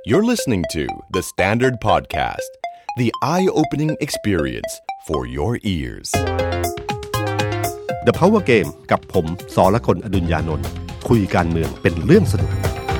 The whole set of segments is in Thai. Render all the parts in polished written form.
You're listening to The Standard Podcast, the eye-opening experience for your ears. The Power Game กับผมสรกล อดุลยานนท์คุยการเมืองเป็นเรื่องสนุก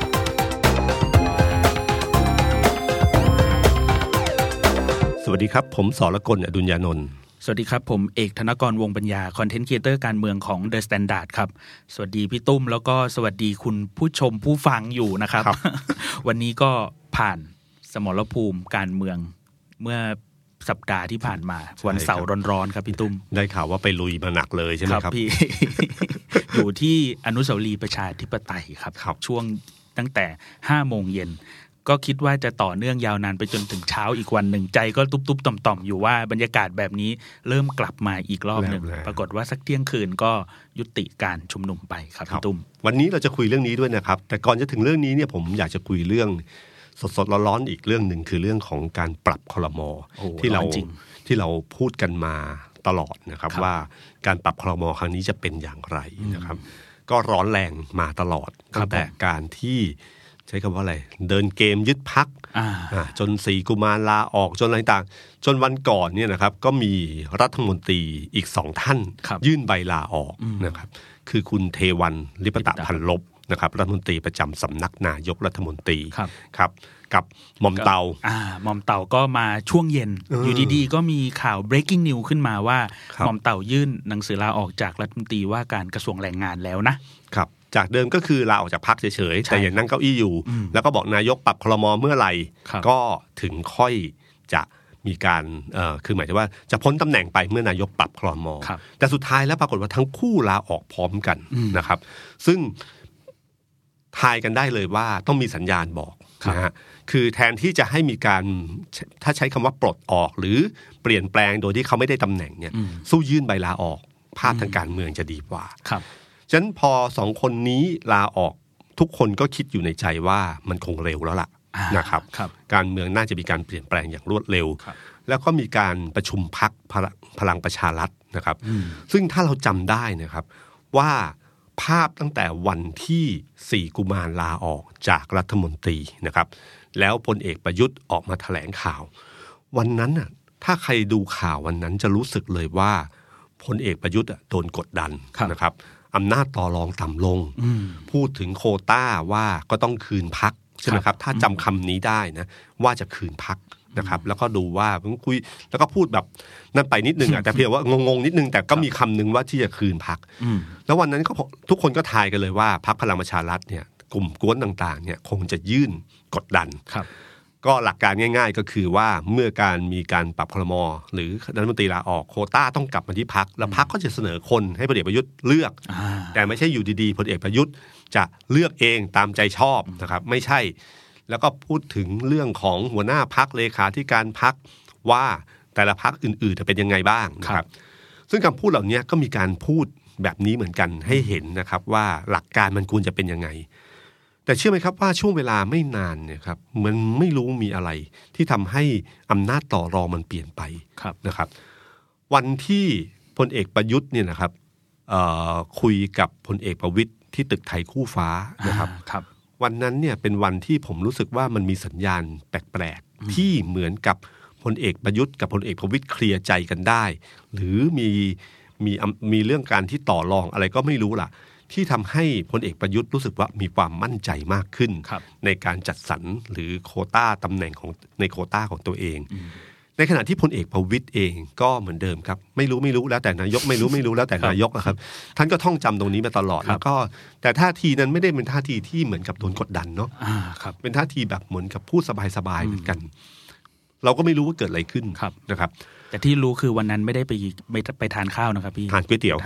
สวัสดีครับผมสรกล อดุลยานนท์สวัสดีครับผมเอกธนกรวงศ์ปัญญาคอนเทนต์ครีเอเตอร์การเมืองของ The Standard ครับสวัสดีพี่ตุ้มแล้วก็สวัสดีคุณผู้ชมผู้ฟังอยู่นะครับ วันนี้ก็ผ่านสมรภูมิการเมืองเมื่อสัปดาห์ที่ผ่านมาวันเสาร์ร้อนๆครับพี่ตุ้มได้ข่าวว่าไปลุยมาหนักเลยใช่ไหมครับพี่ อยู่ที่อนุสาวรีย์ประชาธิปไตยครับช่วงตั้งแต่ 5 โมงเย็นก็คิดว่าจะต่อเนื่องยาวนานไปจนถึงเช้าอีกวันหนึ่งใจก็ตุ๊บๆต่อมๆอยู่ว่าบรรยากาศแบบนี้เริ่มกลับมาอีกรอบหนึ่งปรากฏว่าสักเที่ยงคืนก็ยุติการชุมนุมไปครับพี่ตุ้มวันนี้เราจะคุยเรื่องนี้ด้วยนะครับแต่ก่อนจะถึงเรื่องนี้เนี่ยผมอยากจะคุยเรื่องสดๆร้อนๆอีกเรื่องหนึ่งคือเรื่องของการปรับครม.ที่เราพูดกันมาตลอดนะครับว่าการปรับครม.ครั้งนี้จะเป็นอย่างไรนะครับก็ร้อนแรงมาตลอดตั้งแต่การที่ใช้คำว่าอะไรเดินเกมยึดพรรคจน4กุมารลาออกจนอะไรต่างจนวันก่อนเนี่ยนะครับก็มีรัฐมนตรีอีก2ท่านยื่นใบลาออกนะครับคือคุณเทวันลิปตะพันลบนะครับรัฐมนตรีประจำสำนักนายกรัฐมนตรีครับกับหม่อมเตาหม่อมเตาก็มาช่วงเย็นอยู่ดีๆก็มีข่าว breaking news ขึ้นมาว่าหม่อมเตายื่นหนังสือลาออกจากรัฐมนตรีว่าการกระทรวงแรงงานแล้วนะครับจากเดิมก็คือลาออกจากพรรคเฉยๆแต่ยังนั่งเก้าอี้อยู่แล้วก็บอกนายกปรับครม.เมื่อไหร่ก็ถึงค่อยจะมีการคือหมายถึงว่าจะพ้นตำแหน่งไปเมื่อนายกปรับครม.แต่สุดท้ายแล้วปรากฏว่าทั้งคู่ลาออกพร้อมกันนะครับซึ่งทายกันได้เลยว่าต้องมีสัญญาณบอกนะฮะคือแทนที่จะให้มีการถ้าใช้คำว่าปลดออกหรือเปลี่ยนแปลงโดยที่เขาไม่ได้ตำแหน่งเนี่ยสู้ยื่นใบลาออกภาพทางการเมืองจะดีกว่าฉะนั้นพอ2คนนี้ลาออกทุกคนก็คิดอยู่ในใจว่ามันคงเร็วแล้วล่ะนะครับการเมืองน่าจะมีการเปลี่ยนแปลงอย่างรวดเร็วแล้วก็มีการประชุมพรรคพลังประชารัฐนะครับซึ่งถ้าเราจำได้นะครับว่าภาพตั้งแต่วันที่4กุมารลาออกจากรัฐมนตรีนะครับแล้วพลเอกประยุทธ์ออกมาแถลงข่าววันนั้นน่ะถ้าใครดูข่าววันนั้นจะรู้สึกเลยว่าพลเอกประยุทธ์โดนกดดันนะครับอำนาจต่อรองต่ำลงพูดถึงโควต้าว่าก็ต้องคืนพรรคใช่ไหมครับถ้าจำคำนี้ได้นะว่าจะคืนพรรคนะครับแล้วก็ดูว่าคุยแล้วก็พูดแบบนั่นไปนิดนึงแต่เพียงว่างงๆนิดนึงแต่ก็มีคำนึงว่าที่จะคืนพรรคแล้ววันนั้นก็ทุกคนก็ทายกันเลยว่าพรรคพลังประชารัฐเนี่ยกลุ่มกวนต่างๆเนี่ยคงจะยื่นกดดันก็หลักการง่ายๆก็คือว่าเมื่อการมีการปรับครม.หรือรัฐมนตรีลาออกโควต้าต้องกลับมาที่พรรคแล้วพรรคก็จะเสนอคนให้พลเอกประยุทธ์เลือกแต่ไม่ใช่อยู่ดีๆพลเอกประยุทธ์จะเลือกเองตามใจชอบนะครับไม่ใช่แล้วก็พูดถึงเรื่องของหัวหน้าพรรคเลขาธิการพรรคว่าแต่ละพรรคอื่นๆจะเป็นยังไงบ้างนะครับซึ่งคำพูดเหล่านี้ก็มีการพูดแบบนี้เหมือนกันให้เห็นนะครับว่าหลักการมันควรจะเป็นยังไงแต่เชื่อไหมครับว่าช่วงเวลาไม่นานเนี่ยครับมันไม่รู้มีอะไรที่ทำให้อำนาจต่อรองมันเปลี่ยนไปนะครับวันที่พลเอกประยุทธ์เนี่ยนะครับคุยกับพลเอกประวิตรที่ตึกไทยคู่ฟ้านะครับวันนั้นเนี่ยเป็นวันที่ผมรู้สึกว่ามันมีสัญญาณแปลกๆที่เหมือนกับพลเอกประยุทธ์กับพลเอกประวิตรเคลียร์ใจกันได้หรือมีเรื่องการที่ต่อรองอะไรก็ไม่รู้ล่ะที่ทำให้พลเอกประยุทธ์รู้สึกว่ามีความมั่นใจมากขึ้นในการจัดสรรหรือโควต้าตำแหน่งของในโควต้าของตัวเองในขณะที่พลเอกประวิตรเองก็เหมือนเดิมครับไม่รู้แล้วแต่นายกไม่รู้แล้วแต่นายกนะครับท่านก็ท่องจำตรงนี้มาตลอดแล้วก็แต่ท่าทีนั้นไม่ได้เป็นท่าทีที่เหมือนกับโดนกดดันเนาะเป็นท่าทีแบบเหมือนกับพูดสบายๆเหมือนกันเราก็ไม่รู้ว่าเกิดอะไรขึ้นนะครับแต่ที่รู้คือวันนั้นไม่ได้ไปทานข้าวนะครับพี่ทานก๋วยเตี๋ยว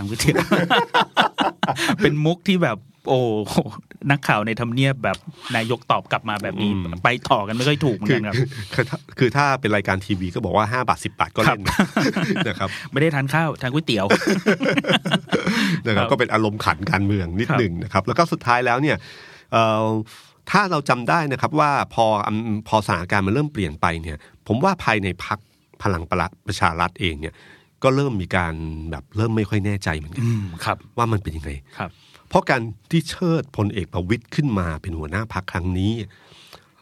เป็นมุกที่แบบโอ้นักข่าวในทำเนียบแบบนายกตอบกลับมาแบบนี้ไปต่อกันไม่ค่อยถูกเหมือนกันครับคือถ้าเป็นรายการทีวีก็บอกว่า5 บาท 10 บาทก็เล่นนะครับไม่ได้ทานข้าวทานก๋วยเตี๋ยวนะครับก็เป็นอารมณ์ขันการเมืองนิดหนึ่งนะครับแล้วก็สุดท้ายแล้วเนี่ยถ้าเราจำได้นะครับว่าพอสถานการณ์มันเริ่มเปลี่ยนไปเนี่ยผมว่าภายในพรรคพลังประชารัฐเองเนี่ยก็เริ่มมีการแบบเริ่มไม่ค่อยแน่ใจเหมือนกันว่ามันเป็นยังไงเพราะการที่เชิดพลเอกประวิตรขึ้นมาเป็นหัวหน้าพรรคครั้งนี้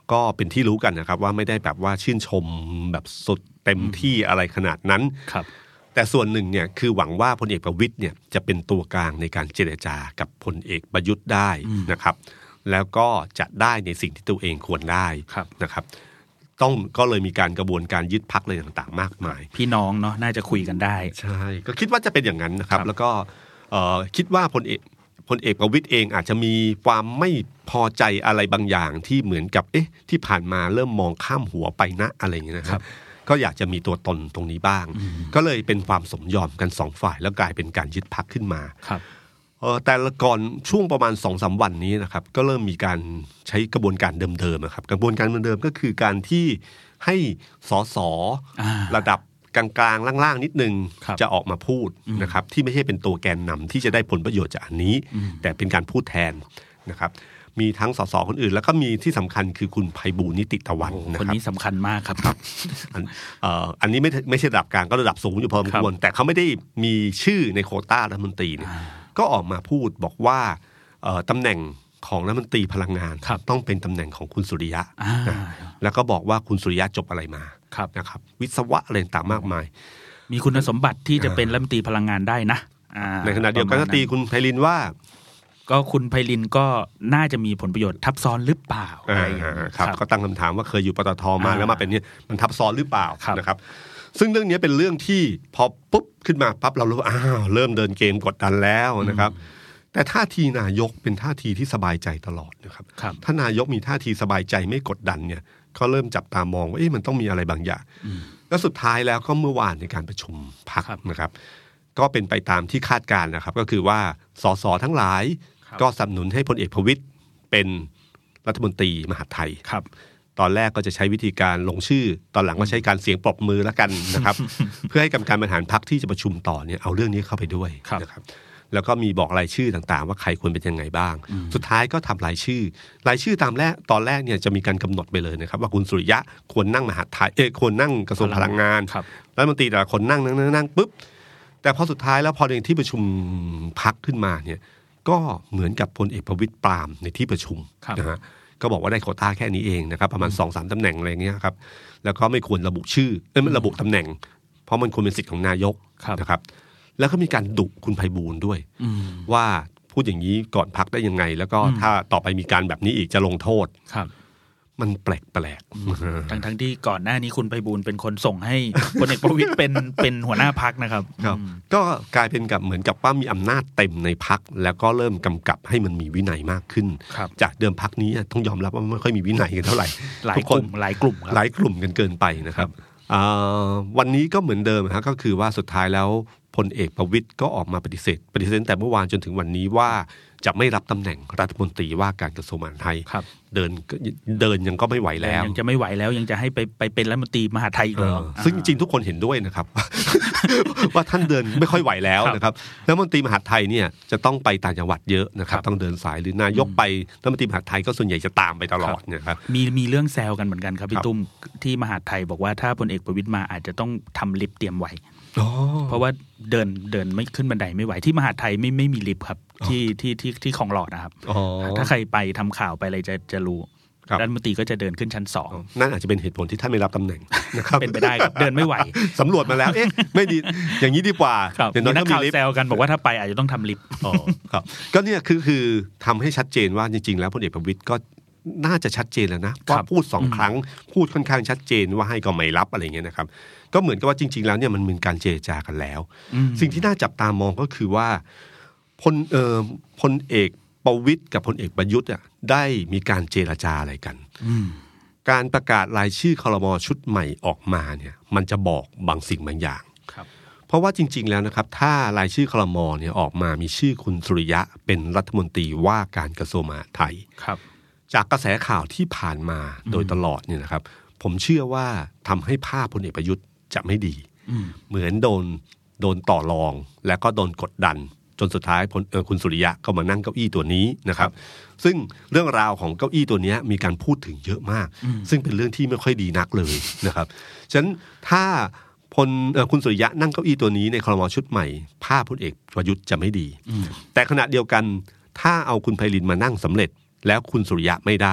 ก็เป็นที่รู้กันนะครับว่าไม่ได้แบบว่าชื่นชมแบบสุดเต็มที่อะไรขนาดนั้นครับแต่ส่วนหนึ่งเนี่ยคือหวังว่าพลเอกประวิตรเนี่ยจะเป็นตัวกลางในการเจรจากับพลเอกประยุทธ์ได้นะครับแล้วก็จะได้ในสิ่งที่ตัวเองควรได้นะครับก็เลยมีกระบวนการยึดพรรคอะไรต่างๆมากมายพี่น้องเนาะน่าจะคุยกันได้ใช่ก็คิดว่าจะเป็นอย่างนั้นนะครับแล้วก็คิดว่าพลเอกประวิตรเองอาจจะมีความไม่พอใจอะไรบางอย่างที่เหมือนกับที่ผ่านมาเริ่มมองข้ามหัวไปนะอะไรอย่างเงี้ยนะครับก็อยากจะมีตัวตนตรงนี้บ้างก็เลยเป็นความสมยอมกัน2ฝ่ายแล้วกลายเป็นการยึดพรรคขึ้นมาแต่ก่อนช่วงประมาณ 2-3 วันนี้นะครับก็เริ่มมีการใช้กระบวนการเดิมๆนะครับกระบวนการเดิมๆก็คือการที่ให้สสระดับกลางๆล่างๆนิดนึงจะออกมาพูดนะครับที่ไม่ใช่เป็นตัวแกนนำที่จะได้ผลประโยชน์จากอันนี้แต่เป็นการพูดแทนนะครับมีทั้งสสคนอื่นแล้วก็มีที่สำคัญคือคุณไพบูลย์นิติตะวันนะครับคนนี้สำคัญมากครับอันนี้ไม่ใช่ระดับกลางก็ระดับสูงอยู่พอสมควรแต่เขาไม่ได้มีชื่อในโควต้ารัฐมนตรีเนี่ยก็ออกมาพูดบอกว่าตำแหน่งของรัฐมนตรีพลังงานต้องเป็นตำแหน่งของคุณสุริยะแล้วก็บอกว่าคุณสุริยะจบอะไรมานะครับวิศวะอะไรต่างมากมายมีคุณสมบัติที่จะเป็นรัฐมนตรีพลังงานได้นะในขณะเดียวกันก็ตีคุณไพลินว่าก็คุณไพลินก็น่าจะมีผลประโยชน์ทับซ้อนหรือเปล่าครับก็ตั้งคำถามว่าเคยอยู่ปตท.มาแล้วมาเป็นนี่มันทับซ้อนหรือเปล่านะครับซึ่งเรื่องนี้เป็นเรื่องที่พอปุ๊บขึ้นมาปั๊บเรารู้ว่าเริ่มเดินเกมกดดันแล้วนะครับแต่ท่าทีนายกเป็นท่าทีที่สบายใจตลอดนะครับถ้านายกมีท่าทีสบายใจไม่กดดันเนี่ยก็เริ่มจับตามองว่ามันต้องมีอะไรบางอย่างแล้วสุดท้ายแล้วก็เมื่อวานในการประชุมพรรคนะครับก็เป็นไปตามที่คาดการณ์นะครับก็คือว่าสสทั้งหลายก็สนับสนุนให้พลเอกประวิตรเป็นรัฐมนตรีมหาดไทยตอนแรกก็จะใช้วิธีการลงชื่อตอนหลังก็ใช้การเสียงปรบมือแล้วกันนะครับ เพื่อให้กรรมการบริหารพรรคที่จะประชุมต่อเนี่ยเอาเรื่องนี้เข้าไปด้วยนะครับแล้วก็มีบอกรายชื่อต่างๆว่าใครควรเป็นยังไงบ้างสุดท้ายก็ทำรายชื่อตอนแรกเนี่ยจะมีการกำหนดไปเลยนะครับว่าคุณสุริยะควรนั่งมหาดไทยควรนั่งกระทรวงพลังงานรัฐมนตรีแต่ละคนนั่งปุ๊บแต่พอสุดท้ายแล้วพอในที่ประชุมพรรคขึ้นมาเนี่ยก็เหมือนกับพลเอกประวิตรปรามในที่ประชุมนะฮะก็บอกว่าได้โควต้าแค่นี้เองนะครับประมาณ 2-3 ตำแหน่งอะไรเงี้ยครับแล้วก็ไม่ควรระบุชื่อไม่ระบุตำแหน่งเพราะมันควรเป็นสิทธิ์ของนายกนะครับแล้วก็มีการดุคุณไพบูลย์ด้วยว่าพูดอย่างนี้ก่อนพักได้ยังไงแล้วก็ถ้าต่อไปมีการแบบนี้อีกจะลงโทษมันแปลกทั้งที่ก่อนหน้านี้คุณไพบูลย์เป็นคนส่งให้พลเอกประวิตรเป็นหัวหน้าพรรคนะครับก็กลายเป็นกับเหมือนกับว่ามีอำนาจเต็มในพรรคแล้วก็เริ่มกำกับให้มันมีวินัยมากขึ้นจากเดิมพรรคนี้ต้องยอมรับว่าไม่ค่อยมีวินัยกันเท่าไหร่หลายกลุ่มกันเกินไปนะครับวันนี้ก็เหมือนเดิมครับก็คือว่าสุดท้ายแล้วพลเอกประวิตรก็ออกมาปฏิเสธแต่เมื่อวานจนถึงวันนี้ว่าจะไม่รับตำแหน่งรัฐมนตรีว่าการกระทรวงมหาดไทยเดินยังก็ไม่ไหวแล้วยังจะไม่ไหวแล้วยังจะให้ไปเป็นรัฐมนตรีมหาดไทยอีกเหรอซึ่งจริงๆทุกคนเห็นด้วยนะครับ ว่าท่านเดินไม่ค่อยไหวแล้วนะครับรัฐมนตรีมหาดไทยเนี่ยจะต้องไปต่างจังหวัดเยอะนะครับต้องเดินสายหรือนายกไปรัฐมนตรีมหาดไทยก็ส่วนใหญ่จะตามไปตลอดนะครับมีเรื่องแซวกันเหมือนกันครับพี่ตุ้มที่มหาดไทยบอกว่าถ้าพลเอกประวิตรมาอาจจะต้องทำลิฟต์เตรียมไว้เพราะว่าเดินไม่ขึ้นบันไดไม่ไหวที่มหาดไทยไม่มีลิฟต์ครับที่คลองหลอดนะครับถ้าใครไปทำข่าวไปอะไรจะรู้รัฐมนตรีก็จะเดินขึ้นชั้น2 นั่นอาจจะเป็นเหตุผลที่ท่านไม่รับตำแหน่งนะครับเป็นไปได้ครับเดินไม่ไหวสำรวจมาแล้วไม่ดีอย่างนี้ดีกว่าเดี๋ยวนักข่าวแซวกันบอกว่าถ้าไปอาจจะต้องทำลิฟต์ครับก็เนี่ยคือทำให้ชัดเจนว่าจริงๆแล้วพลเอกประวิตรก็น่าจะชัดเจนแล้วนะว่าพูด2 ครั้งพูดค่อนข้างชัดเจนว่าให้ก็ไม่รับอะไรเงี้ยนะครับก็เหมือนกับว่าจริงๆแล้วเนี่ยมันมีการเจรจากันแล้วสิ่งที่น่าจับตามองก็คือว่าพลเอกประวิตรกับพลเอกประยุทธ์ได้มีการเจรจาอะไรกันการประกาศรายชื่อครม.ชุดใหม่ออกมาเนี่ยมันจะบอกบางสิ่งบางอย่างเพราะว่าจริงๆแล้วนะครับถ้ารายชื่อครม.เนี่ยออกมามีชื่อคุณสุริยะเป็นรัฐมนตรีว่าการกระทรวงมหาดไทยจากกระแสข่าวที่ผ่านมาโดยตลอดเนี่ยนะครับผมเชื่อว่าทำให้ภาพพลเอกประยุทธ์จะไม่ดีเหมือนโดนต่อรองแล้วก็โดนกดดันจนสุดท้ายคุณสุริยะก็มานั่งเก้าอี้ตัวนี้นะครับซึ่งเรื่องราวของเก้าอี้ตัวนี้มีการพูดถึงเยอะมากซึ่งเป็นเรื่องที่ไม่ค่อยดีนักเลยนะครับฉะนั้นถ้าคุณสุริยะนั่งเก้าอี้ตัวนี้ในครม.ชุดใหม่ภาพพลเอกประยุทธ์จะไม่ดีแต่ขณะเดียวกันถ้าเอาคุณไพลินมานั่งสำเร็จแล้วคุณสุริยะไม่ได้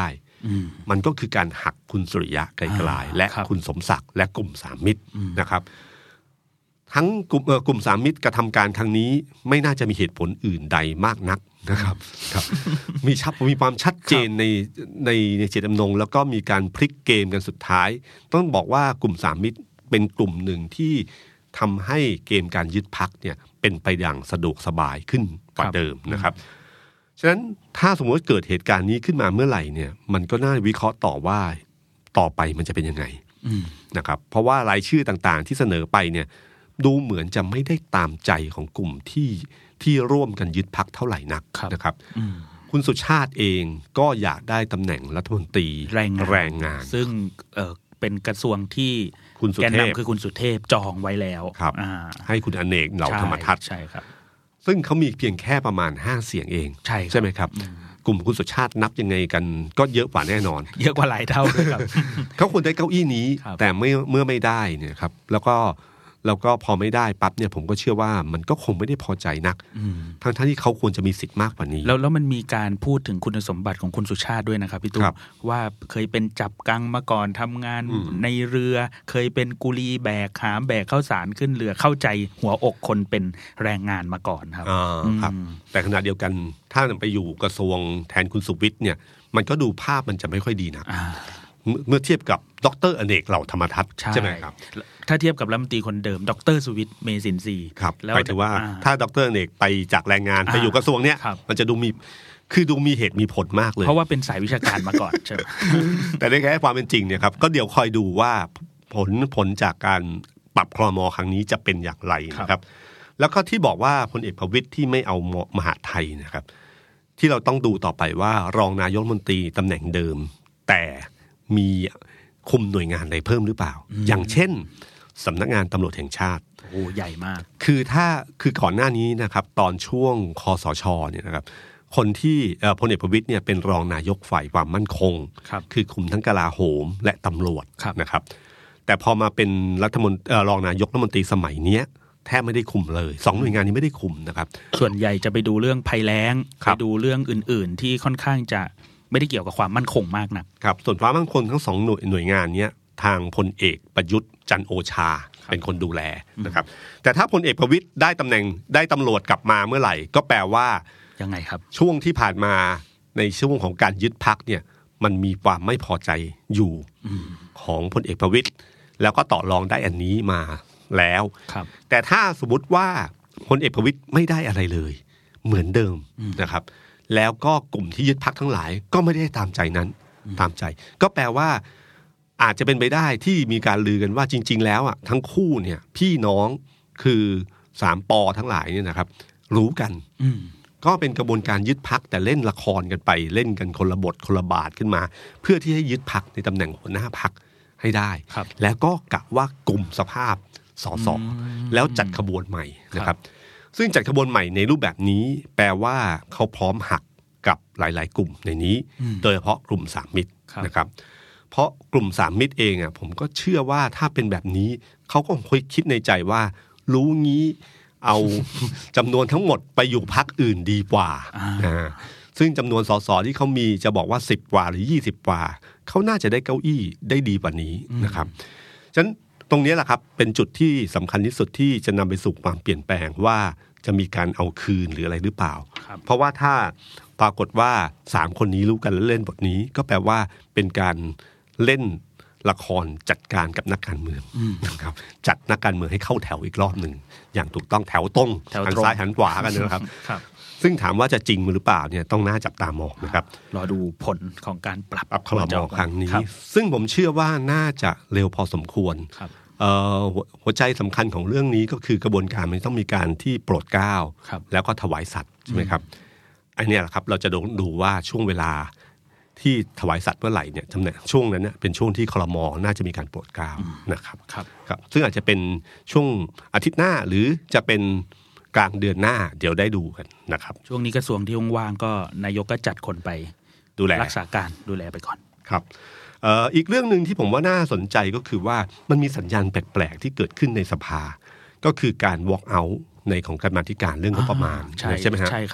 มันก็คือการหักคุณสุริยะไกรๆและคุณสมศักดิ์และกลุ่มสามมิตรนะครับทั้งกลุ่มสามมิตรกระทำการครั้งนี้ไม่น่าจะมีเหตุผลอื่นใดมากนักนะครับครับมีความชัดเจนในเจตจำนงแล้วก็มีการพลิกเกมกันสุดท้ายต้องบอกว่ากลุ่มสามมิตรเป็นกลุ่มหนึ่งที่ทำให้เกมการยึดพรรคเนี่ยเป็นไปอย่างสะดวกสบายขึ้นกว่าเดิมนะครับฉะนั้นถ้าสมมติเกิดเหตุการณ์นี้ขึ้นมาเมื่อไหร่เนี่ยมันก็น่าวิเคราะห์ต่อว่าต่อไปมันจะเป็นยังไงนะครับเพราะว่ารายชื่อต่างๆที่เสนอไปเนี่ยดูเหมือนจะไม่ได้ตามใจของกลุ่มที่ร่วมกันยึดพรรคเท่าไหร่นักนะครับคุณสุชาติเองก็อยากได้ตำแหน่งรัฐมนตรีแรงงานซึ่งเป็นกระทรวงที่แกนนำคือคุณสุเทพจองไว้แล้วให้คุณอเนกเหล่าธรรมทัศน์ใช่ครับซึ่งเขามีเพียงแค่ประมาณ5เสียงเองใช่ไหมครับกลุ่มคุณสุชาตินับยังไงกันก็เยอะกว่าแน่นอนเยอะกว่าหลายเท่าด้วยครับเขาควรได้เก้าอี้นี้แต่เมื่อไม่ได้เนี่ยครับแล้วก็พอไม่ได้ปั๊บเนี่ยผมก็เชื่อว่ามันก็คงไม่ได้พอใจนักทั้งที่เขาควรจะมีสิทธิ์มากกว่านี้แล้วมันมีการพูดถึงคุณสมบัติของคุณสุชาติด้วยนะครับพี่ตุ้มว่าเคยเป็นจับกังมาก่อนทำงานในเรือเคยเป็นกุลีแบกหามแบกข้าวสารขึ้นเรือเข้าใจหัวอกคนเป็นแรงงานมาก่อนครับครับแต่ขณะเดียวกันถ้าไปอยู่กระทรวงแทนคุณสุวิทย์เนี่ยมันก็ดูภาพมันจะไม่ค่อยดีนะเมื่อเทียบกับดร.อเนกเหล่าธรรมทัศน์ใช่ไหมครับถ้าเทียบกับรัฐมนตรีคนเดิมดร.สุวิทย์เมษินทรีย์ครับหมายถึงว่าถ้าดร.อเนกไปจากแรงงานไปอยู่กระทรวงเนี้ยมันจะดูมีเหตุมีผลมากเลยเพราะว่าเป็นสายวิชาการมาก่อนใช่ไหมแต่ในแง่ความเป็นจริงเนี่ยครับก็เดี๋ยวคอยดูว่าผลจากการปรับครม.ครั้งนี้จะเป็นอย่างไรนะครับแล้วก็ที่บอกว่าพลเอกประวิตรที่ไม่เอามหาไทยนะครับที่เราต้องดูต่อไปว่ารองนายกรัฐมนตรีตำแหน่งเดิมแต่มีคุมหน่วยงานอะไรเพิ่มหรือเปล่าอย่างเช่นสำนักงานตำรวจแห่งชาติโอ้ใหญ่มากคือก่อนหน้านี้นะครับตอนช่วงคสช.เนี่ยนะครับคนที่พลเอกประวิตรเนี่ยเป็นรองนายกฝ่ายความมั่นคงคือคุมทั้งกลาโหมและตำรวจนะครับแต่พอมาเป็นรองนายกรัฐมนตรีสมัยนี้แทบไม่ได้คุมเลย2หน่วยงานนี้ไม่ได้คุมนะครับส่วนใหญ่จะไปดูเรื่องภัยแล้งไปดูเรื่องอื่นๆที่ค่อนข้างจะไม่ได้เกี่ยวกับความมั่นคงมากนักครับส่วนความมั่นคงทั้ง2หน่วยงานนี้ทางพลเอกประยุทธ์จันทร์โอชาเป็นคนดูแลนะครับแต่ถ้าพลเอกประวิตรได้ตำแหน่งได้ตำรวจกลับมาเมื่อไหร่ก็แปลว่ายังไงครับช่วงที่ผ่านมาในช่วงของการยึดพรรคเนี่ยมันมีความไม่พอใจอยู่ของพลเอกประวิตรแล้วก็ต่อรองได้อันนี้มาแล้วแต่ถ้าสมมติว่าพลเอกประวิตรไม่ได้อะไรเลยเหมือนเดิมนะครับแล้วก็กลุ่มที่ยึดพรรคทั้งหลายก็ไม่ได้ตามใจนั้นตามใจก็แปลว่าอาจจะเป็นไปได้ที่มีการลือกันว่าจริงๆแล้วอ่ะทั้งคู่เนี่ยพี่น้องคือ3 ป.ทั้งหลายเนี่ยนะครับรู้กันก็เป็นกระบวนการยึดพรรคแต่เล่นละครกันไปเล่นกันคนละบทคนละบาทขึ้นมาเพื่อที่ให้ยึดพรรคในตำแหน่งหัวหน้าพรรคให้ได้แล้วก็กะว่ากลุ่มสภาพสสแล้วจัดขบวนใหม่นะครับซึ่งจัดขบวนใหม่ในรูปแบบนี้แปลว่าเขาพร้อมหักกับหลายๆกลุ่มในนี้โดยเฉพาะกลุ่มสามมิตรนะครับเพราะกลุ่มสามมิตรเองอ่ะผมก็เชื่อว่าถ้าเป็นแบบนี้เขาก็คงคิดในใจว่ารู้งี้เอาจำนวนทั้งหมดไปอยู่พรรคอื่นดีกว่าซึ่งจำนวนสสที่เขามีจะบอกว่า10 กว่าหรือ20 กว่าเขาน่าจะได้เก้าอี้ได้ดีกว่านี้นะครับฉะนั้นตรงนี้แหละครับเป็นจุดที่สำคัญที่สุดที่จะนำไปสู่ความเปลี่ยนแปลงว่าจะมีการเอาคืนหรืออะไรหรือเปล่าเพราะว่าถ้าปรากฏว่า3 คนนี้รู้กันและเล่นบทนี้ก็แปลว่าเป็นการเล่นละครจัดการกับนักการเมืองนะครับจัดนักการเมืองให้เข้าแถวอีกรอบหนึ่งอย่างถูกต้องแถวตรงหันซ้ายหันขวากันนะครับซึ่งถามว่าจะจริงหรือเปล่าเนี่ยต้องน่าจับตามองนะครับรอดูผลของการปรับครม.ครั้งนี้ซึ่งผมเชื่อว่าน่าจะเร็วพอสมควรหัวใจสำคัญของเรื่องนี้ก็คือกระบวนการมันต้องมีการที่โปรดเกล้าแล้วก็ถวายสัตย์ใช่ไหมครับอันนี้แหละครับเราจะดูว่าช่วงเวลาที่ถวายสัตย์เมื่อไหร่เนี่ยช่วงนั้นเนี่ยเป็นช่วงที่ครม.น่าจะมีการโปรดเกล้านะครับซึ่งอาจจะเป็นช่วงอาทิตย์หน้าหรือจะเป็นกลางเดือนหน้าเดี๋ยวได้ดูกันนะครับช่วงนี้กระทรวงที่ว่างๆก็นายกก็จัดคนไปดูแลรักษาการดูแลไปก่อนครับอีกเรื่องนึงที่ผมว่าน่าสนใจก็คือว่ามันมีสัญญาณแปลกๆที่เกิดขึ้นในสภาก็คือการ walk out ในของกรรมาธิการเรื่องงบประมาณใช่ไหมฮะใช่ครับ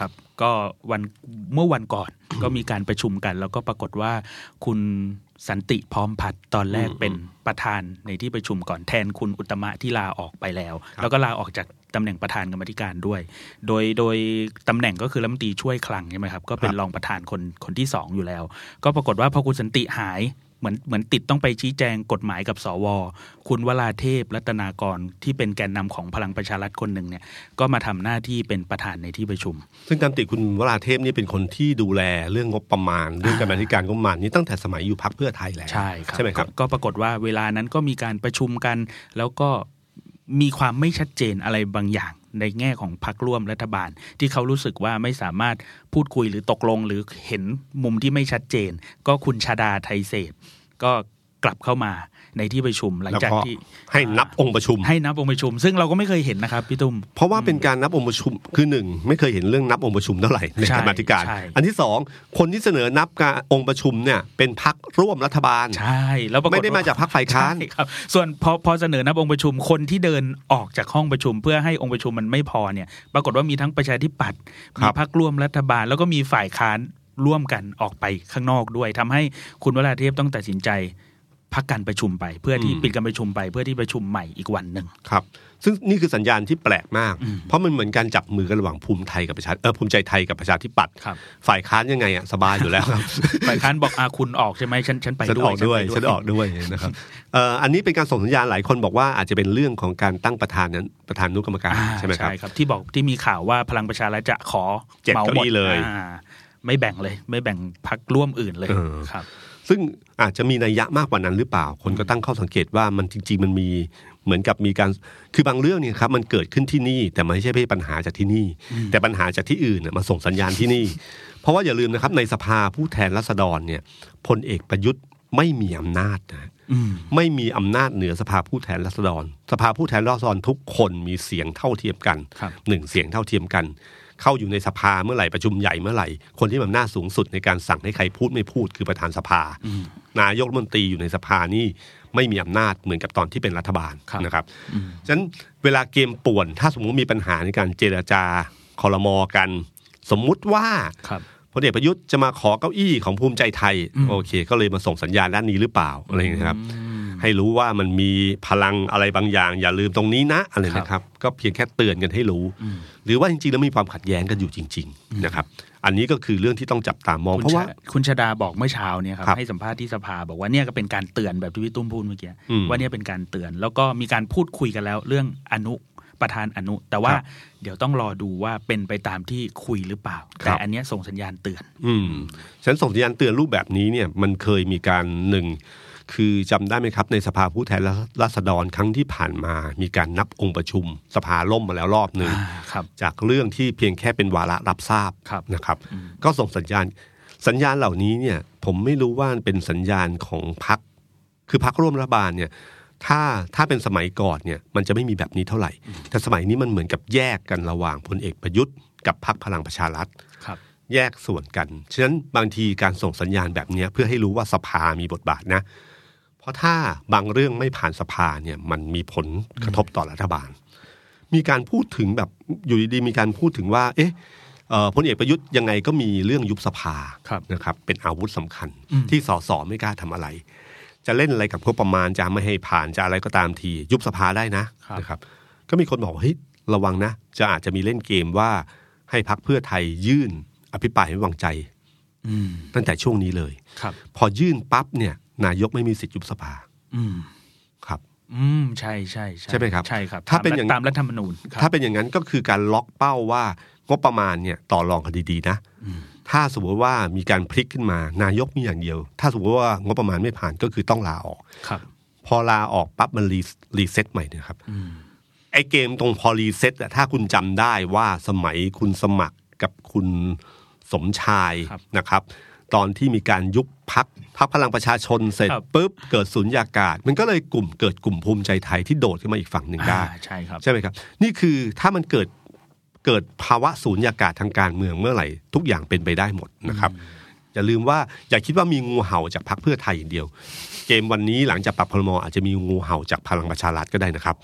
ก็เมื่อวันก่อนก็มีการประชุมกันแล้วก็ปรากฏว่าคุณสันติพร้อมพัฒน์ตอนแรกเป็นประธานในที่ประชุมก่อนแทนคุณอุตตมะที่ลาออกไปแล้วแล้วก็ลาออกจากตำแหน่งประธานกรรมาธิการด้วยโดยตำแหน่งก็คือรัฐมนตรีช่วยคลังใช่ไหมครับก็เป็นรองประธานคนที่2อยู่แล้วก็ปรากฏว่าพอคุณสันติหายเหมือนติดต้องไปชี้แจงกฎหมายกับสวคุณวราเทพรัตนากรที่เป็นแกนนำของพลังประชารัฐคนหนึ่งเนี่ยก็มาทำหน้าที่เป็นประธานในที่ประชุมซึ่งตามติคุณวราเทพนี่เป็นคนที่ดูแลเรื่องงบประมาณเรื่องกรรมาธิการงบประมาณนี้ตั้งแต่สมัยอยู่พรรคเพื่อไทยแล้วใช่ไหมครับก็ปรากฏว่าเวลานั้นก็มีการประชุมกันแล้วก็มีความไม่ชัดเจนอะไรบางอย่างในแง่ของพรรคร่วมรัฐบาลที่เขารู้สึกว่าไม่สามารถพูดคุยหรือตกลงหรือเห็นมุมที่ไม่ชัดเจนก็คุณชาดาไทยเศรษฐ์ก็กลับเข้ามาในที่ประชุมหลังจากที่ให้นับองค์ประชุมซึ่งเราก็ไม่เคยเห็นนะครับพี่ตุ้มเพราะว่าเป็นการนับองค์ประชุมคือ1ไม่เคยเห็นเรื่องนับองค์ประชุมเท่าไหร่ในกรรมาธิการอันที่2คนที่เสนอนับการองค์ประชุมเนี่ยเป็นพรรคร่วมรัฐบาลใช่แล้วไม่ได้มาจากพรรคฝ่ายค้านครับส่วนพอเสนอนับองค์ประชุมคนที่เดินออกจากห้องประชุมเพื่อให้องค์ประชุมมันไม่พอเนี่ยปรากฏว่ามีทั้งประชาธิปัตย์มีพรรคร่วมรัฐบาลแล้วก็มีฝ่ายค้านร่วมกันออกไปข้างนอกด้วยทำให้คุณวราเทพต้องตัดสินใจพักการประชุมไปเพื่อที่ปิดการประชุมไปเพื่อที่ประชุมใหม่อีกวันหนึ่งครับซึ่งนี่คือสัญญาณที่แปลกมากเพราะมันเหมือนการจับมือกันระหว่างภูมิใจไทยกับประชาธิปัตย์ฝ่ายค้านยังไงอ่ะสบายอยู่แล้วครับฝ่ายค้านบอกคุณออกใช่ไหมฉันไปด้วยฉันออกด้วยนะครับอันนี้เป็นการส่งสัญญาณหลายคนบอกว่าอาจจะเป็นเรื่องของการตั้งประธานนุกรรมการใช่ไหมครับใช่ครับที่มีข่าวว่าพลังประชารัฐจะขอ 7 เก้าอี้เลยไม่แบ่งเลยไม่แบ่งพรรคร่วมอื่นเลยครับซึ่งอาจจะมีนัยยะมากกว่านั้นหรือเปล่าคนก็ตั้งข้อสังเกตว่ามันจริงๆมันมีเหมือนกับมีการคือบางเรื่องเนี่ยครับมันเกิดขึ้นที่นี่แต่ไม่ใช่ปัญหาจากที่นี่แต่ปัญหาจากที่อื่นมาส่งสัญญาณที่นี่เพราะว่าอย่าลืมนะครับในสภาผู้แทนราษฎรเนี่ยพลเอกประยุทธ์ไม่มีอำนาจนะไม่มีอำนาจเหนือสภาผู้แทนราษฎรสภาผู้แทนราษฎรทุกคนมีเสียงเท่าเทียมกัน1เสียงเท่าเทียมกันเข้าอยู่ในสภาเมื่อไหร่ประชุมใหญ่เมื่อไหร่คนที่มีอำนาจสูงสุดในการสั่งให้ใครพูดไม่พูดคือประธานสภานายกรัฐมนตรีอยู่ในสภานี่ไม่มีอำนาจเหมือนกับตอนที่เป็นรัฐบาลนะครับฉะนั้นเวลาเกมป่วนถ้าสมมติมีปัญหาในการเจรจาครม.กันสมมุติว่าพลเอกประยุทธ์จะมาขอเก้าอี้ของภูมิใจไทยโอเคก็เลยมาส่งสัญญาณด้านนี้หรือเปล่าอะไรอย่างนี้ครับให้รู้ว่ามันมีพลังอะไรบางอย่างอย่าลืมตรงนี้นะอะไรนะครับก็เพียงแค่เตือนกันให้รู้หรือว่าจริงๆแล้วมีความขัดแย้งกันอยู่จริงๆนะครับอันนี้ก็คือเรื่องที่ต้องจับตามองเพราะว่าคุณชดาบอกเมื่อเช้าเนี่ยครับให้สัมภาษณ์ที่สภาบอกว่าเนี่ยก็เป็นการเตือนแบบที่พี่ตุ้มพูดเมื่อกี้ว่าเนี่ยเป็นการเตือนแล้วก็มีการพูดคุยกันแล้วเรื่องประธานอนุแต่ว่าเดี๋ยวต้องรอดูว่าเป็นไปตามที่คุยหรือเปล่าแต่อันนี้ส่งสัญญาณเตือนฉันส่งสัญญาณเตือนรูปแบบนี้เนี่ยมันเคยมีการหนึ่งคือจำได้ไหมครับในสภาผู้แทนราษฎรครั้งที่ผ่านมามีการนับองค์ประชุมสภาล่มมาแล้วรอบนึงจากเรื่องที่เพียงแค่เป็นวาระรับทราบนะครับก็ส่งสัญญาณเหล่านี้เนี่ยผมไม่รู้ว่าเป็นสัญญาณของพรรคคือพรรคร่วมรัฐบาลเนี่ยถ้าเป็นสมัยก่อนเนี่ยมันจะไม่มีแบบนี้เท่าไหร่แต่สมัยนี้มันเหมือนกับแยกกันระหว่างพลเอกประยุทธ์กับพรรคพลังประชารัฐแยกส่วนกันฉะนั้นบางทีการส่งสัญญาณแบบนี้เพื่อให้รู้ว่าสภามีบทบาทนะเพราะถ้าบางเรื่องไม่ผ่านสภาเนี่ยมันมีผลกระทบต่อรัฐบาลมีการพูดถึงแบบอยู่ดีๆมีการพูดถึงว่าพลเอกประยุทธ์ยังไงก็มีเรื่องยุบสภานะครับเป็นอาวุธสำคัญที่สสไม่กล้าทำอะไรจะเล่นอะไรกับงบประมาณจะไม่ให้ผ่านจะอะไรก็ตามทียุบสภาได้นะครับก็มีคนบอกเฮ้ยระวังนะอาจจะมีเล่นเกมว่าให้พรรคเพื่อไทยยื่นอภิปรายไม่ไว้วางใจตั้งแต่ช่วงนี้เลยพอยื่นปั๊บเนี่ยนายกไม่มีสิทธิ์ยุบสภาครับใช่ใช่ไหมครับใช่ครับถ้าเป็นอย่างตามรัฐธรรมนูญถ้าเป็นอย่างนั้นก็คือการล็อกเป้าว่างบประมาณเนี่ยต่อรองกันดีๆนะถ้าสมมติว่ามีการพลิกขึ้นมานายกมีอย่างเดียวถ้าสมมติว่างบประมาณไม่ผ่านก็คือต้องลาออกพอลาออกปั๊บมันรีเซ็ตใหม่นะครับไอ้เกมตรงพอรีเซ็ตถ้าคุณจำได้ว่าสมัยคุณสมัครกับคุณสมชายนะครับตอนที่มีการยุบพรรคพลังประชาชนเสร็จปุ๊บเกิดสุญญากาศมันก็เลยเกิดกลุ่มภูมิใจไทยที่โดดขึ้นมาอีกฝั่งหนึ่งได้ใช่ไหมครับนี่คือถ้ามันเกิดภาวะสุญญากาศทางการเมืองเมื่อไหร่ทุกอย่างเป็นไปได้หมดนะครับอย่าลืมว่าอย่าคิดว่ามีงูเห่าจากพรรคเพื่อไทยอย่างเดียวเกมวันนี้หลังจากปรับครม.อาจจะมีงูเห่าจากพลังประชารัฐก็ได้นะครับ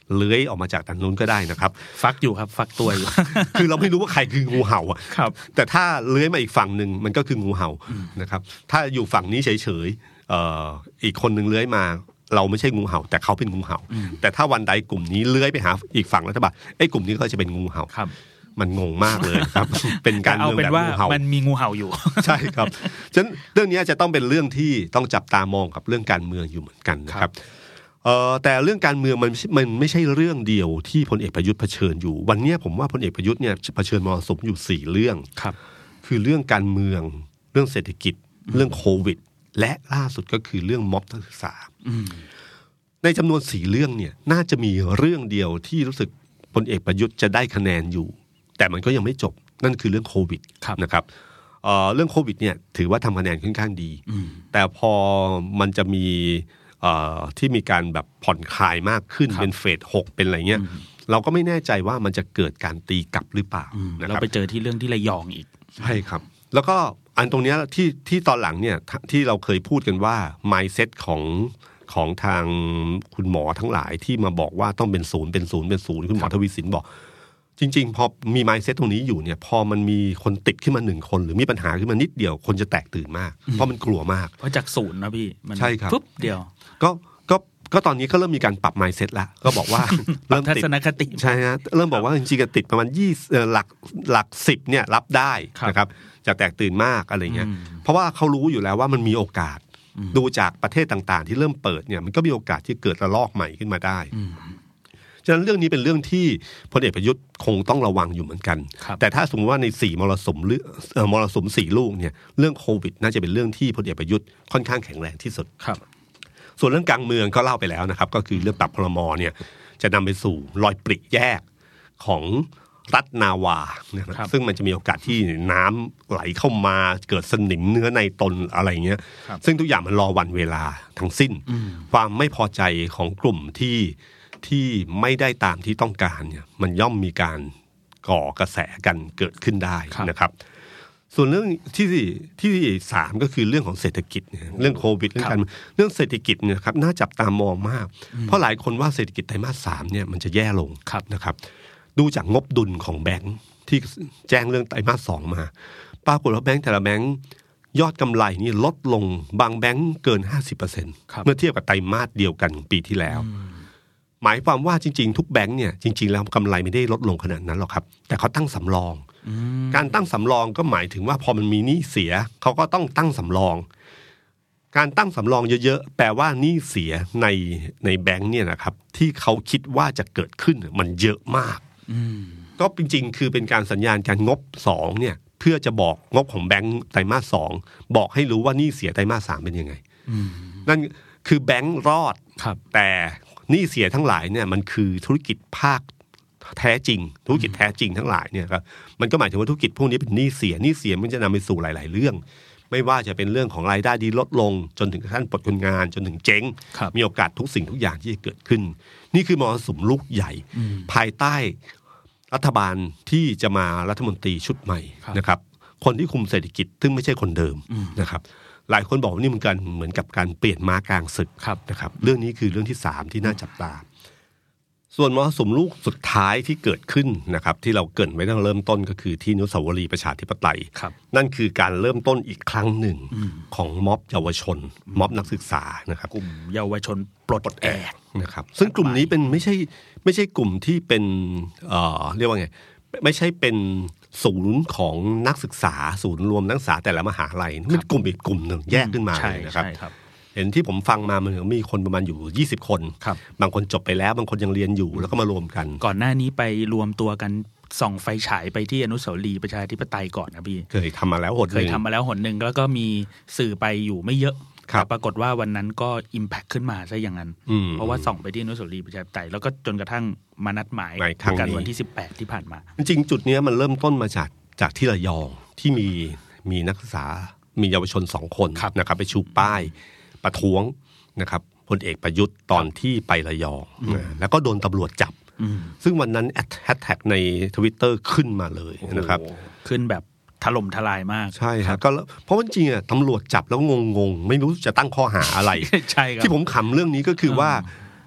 เลื้อยออกมาจากด้านนู้นก็ได้นะครับฟักอยู่ครับฟักตัวอยู่คือเราไม่รู้ว่าใครคืองูเห่าอ่ะครับแต่ถ้าเลื้อยมาอีกฝั่งนึงมันก็คืองูเห่านะครับถ้าอยู่ฝั่งนี้เฉยๆอีกคนนึงเลื้อยมาเราไม่ใช่งูเห่าแต่เขาเป็นงูเห่าแต่ถ้าวันใดกลุ่มนี้เลื้อยไปหาอีกฝั่งรัฐบาลไอ้กลุ่มนี้ก็จะเป็นงูเห่ามันงงมากเลยครับ เป็นการเมืองแบบงูเห่ามันมีงูเห่าอยู่ใช่ครับฉะนั้นเรื่องนี้จะต้องเป็นเรื่องที่ต้องจับตามองกับเรื่องการเมืองอยู่เหมือนกันนะครับแต่เรื่องการเมืองมันไม่ใช่เรื่องเดียวที่พลเอกประยุทธ์เผชิญอยู่วันนี้ผมว่าพลเอกประยุทธ์เนี่ยเผชิญมรสุมอยู่4เรื่องคือเรื่องการเมืองเรื่องเศรษฐกิจเรื่องโควิดและล่าสุดก็คือเรื่องม็อบนักศึกษาในจำนวน4เรื่องเนี่ยน่าจะมีเรื่องเดียวที่รู้สึกพลเอกประยุทธ์จะได้คะแนนอยู่แต่มันก็ยังไม่จบนั่นคือเรื่องโควิดนะครับเรื่องโควิดเนี่ยถือว่าทำคะแนนค่อนข้างดีแต่พอมันจะมีที่มีการแบบผ่อนคลายมากขึ้นเป็นเฟส 6เป็นอะไรเงี้ยเราก็ไม่แน่ใจว่ามันจะเกิดการตีกลับหรือเปล่าเราไปเจอที่เรื่องที่ระยองอีกใช่ครับแล้วก็อันตรงนี้ที่ตอนหลังเนี่ยที่เราเคยพูดกันว่า mindset ของทางคุณหมอทั้งหลายที่มาบอกว่าต้องเป็นศูนย์คุณหมอทวีสินบอกจริงๆพอมี mindset ตรงนี้อยู่เนี่ยพอมันมีคนติดขึ้นมา1คนหรือมีปัญหาขึ้นมานิดเดียวคนจะแตกตื่นมากเพราะมันกลัวมากเพราะจากศูนย์นะพี่มันใช่ครับปุ๊บเดียวก็ตอนนี้ก็เริ่มมีการปรับ mindset ละก็บอกว่าเริ่มทัศนคติใช่ฮะเริ่มบอกว่าจริงๆติดประมาณ20หลัก10เนี่ยรับได้นะครับจะแตกตื่นมากอะไรเงี้ยเพราะว่าเขารู้อยู่แล้วว่ามันมีโอกาสดูจากประเทศต่างๆที่เริ่มเปิดเนี่ยมันก็มีโอกาสที่เกิดระลอกใหม่ขึ้นมาได้ฉะนั้นเรื่องนี้เป็นเรื่องที่พลเอกประยุทธ์คงต้องระวังอยู่เหมือนกันแต่ถ้าสมมติว่าใน4มรสุม4ลูกเนี่ยเรื่องโควิดน่าจะเป็นเรื่องที่พลเอกประยุทธ์ค่อนข้างแข็งแรงที่สุดส่วนเรื่องการเมืองก็เล่าไปแล้วนะครับก็คือเรื่องปรับครม.เนี่ยจะนำไปสู่รอยปริแยกของรัฐนาวานะครับซึ่งมันจะมีโอกาสที่น้ำไหลเข้ามาเกิดสนิมเนื้อในตนอะไรเงี้ยซึ่งทุกอย่างมันรอวันเวลาทั้งสิ้นความไม่พอใจของกลุ่มที่ไม่ได้ตามที่ต้องการเนี่ยมันย่อมมีการก่อกระแสกันเกิดขึ้นได้นะครับส่วนเรื่องที่3ก็คือเรื่องของเศรษฐกิจเรื่องโควิดเรื่องเศรษฐกิจเนี่ยครับน่าจับตามองมากเพราะหลายคนว่าเศรษฐกิจไตรมาส3เนี่ยมันจะแย่ลงนะครับดูจากงบดุลของแบงค์ที่แจ้งเรื่องไตรมาส2มาปรากฏว่าแบงค์แต่ละแบงค์ยอดกำไรนี่ลดลงบางแบงค์เกิน 50% เมื่อเทียบกับไตรมาสเดียวกันปีที่แล้วหมายความว่าจริงๆทุกแบงค์เนี่ยจริงๆแล้วกำไรไม่ได้ลดลงขนาดนั้นหรอกครับแต่เขาตั้งสำรองการตั้งสำรองก็หมายถึงว่าพอมันมีหนี้เสียเขาก็ต้องตั้งสำรองการตั้งสำรองเยอะๆแปลว่าหนี้เสียในแบงค์เนี่ยนะครับที่เขาคิดว่าจะเกิดขึ้นมันเยอะมากก็จริงๆคือเป็นการสัญญาณการงบ2เนี่ยเพื่อจะบอกงบของแบงค์ไตรมาส2บอกให้รู้ว่าหนี้เสียไตรมาส3เป็นยังไงนั่นคือแบงค์รอดแต่หนี้เสียทั้งหลายเนี่ยมันคือธุรกิจภาคแท้จริงธุรกิจแท้จริงทั้งหลายเนี่ยครับมันก็หมายถึงว่าธุรกิจพวกนี้เป็นหนี้เสียมันจะนำไปสู่หลายๆเรื่องไม่ว่าจะเป็นเรื่องของรายได้ดีลดลงจนถึงขั้นปลดคนงานจนถึงเจ๊งมีโอกาสทุกสิ่งทุกอย่างที่จะเกิดขึ้นนี่คือมรสุมลูกใหญ่ภายใต้รัฐบาลที่จะมารัฐมนตรีชุดใหม่นะครับคนที่คุมเศรษฐกิจซึ่งไม่ใช่คนเดิมนะครับหลายคนบอกว่านี่มันเหมือนกับการเปลี่ยนม้ากลางศึกนะครับเรื่องนี้คือเรื่องที่3ที่น่าจับตาส่วนมรสุมลูกสุดท้ายที่เกิดขึ้นนะครับที่เราเกริ่นไว้ตั้งเริ่มต้นก็คือที่อนุสาวรีย์ประชาธิปไตยนั่นคือการเริ่มต้นอีกครั้งหนึ่งของม็อบเยาวชนม็อบนักศึกษานะครับกลุ่มเยาวชนปลดแอกนะครับซึ่งกลุ่มนี้เป็นไม่ใช่กลุ่มที่เป็นเรียกว่าไงไม่ใช่เป็นศูนย์ของนักศึกษาศูนย์รวมนักศึกษาแต่ละมหาลัยมันกลุ่มอีกกลุ่มหนึ่งแยกขึ้นมาเลยนะครับเห็นที่ผมฟังมามันมีคนประมาณอยู่20คนบางคนจบไปแล้วบางคนยังเรียนอยู่แล้วก็มารวมกันก่อนหน้านี้ไปรวมตัวกันส่องไฟฉายไปที่อนุสาวรีย์ประชาธิปไตยก่อนนะพี่เคยทำมาแล้วหนนึงแล้วก็มีสื่อไปอยู่ไม่เยอะแต่ปรากฏว่าวันนั้นก็ impact ขึ้นมาซะอย่างนั้นเพราะว่าส่องไปที่อนุสาวรีย์ประชาธิปไตยแล้วก็จนกระทั่งมานัดหมายกันวันที่18ที่ผ่านมาจริงๆจุดนี้มันเริ่มต้นมาจากที่ระยองที่มีนักศึกษามีเยาวชน2คนนะครับไปชูป้ายประท้วงนะครับพลเอกประยุทธ์ตอนที่ไประยองแล้วก็โดนตำรวจจับซึ่งวันนั้นแฮชแท็กใน Twitter ขึ้นมาเลยนะครับขึ้นแบบถล่มทลายมากใช่ครับก็เพราะว่าจริงๆตำรวจจับแล้วงงไม่รู้จะตั้งข้อหาอะไรใช่ครับที่ผมขำเรื่องนี้ก็คือว่า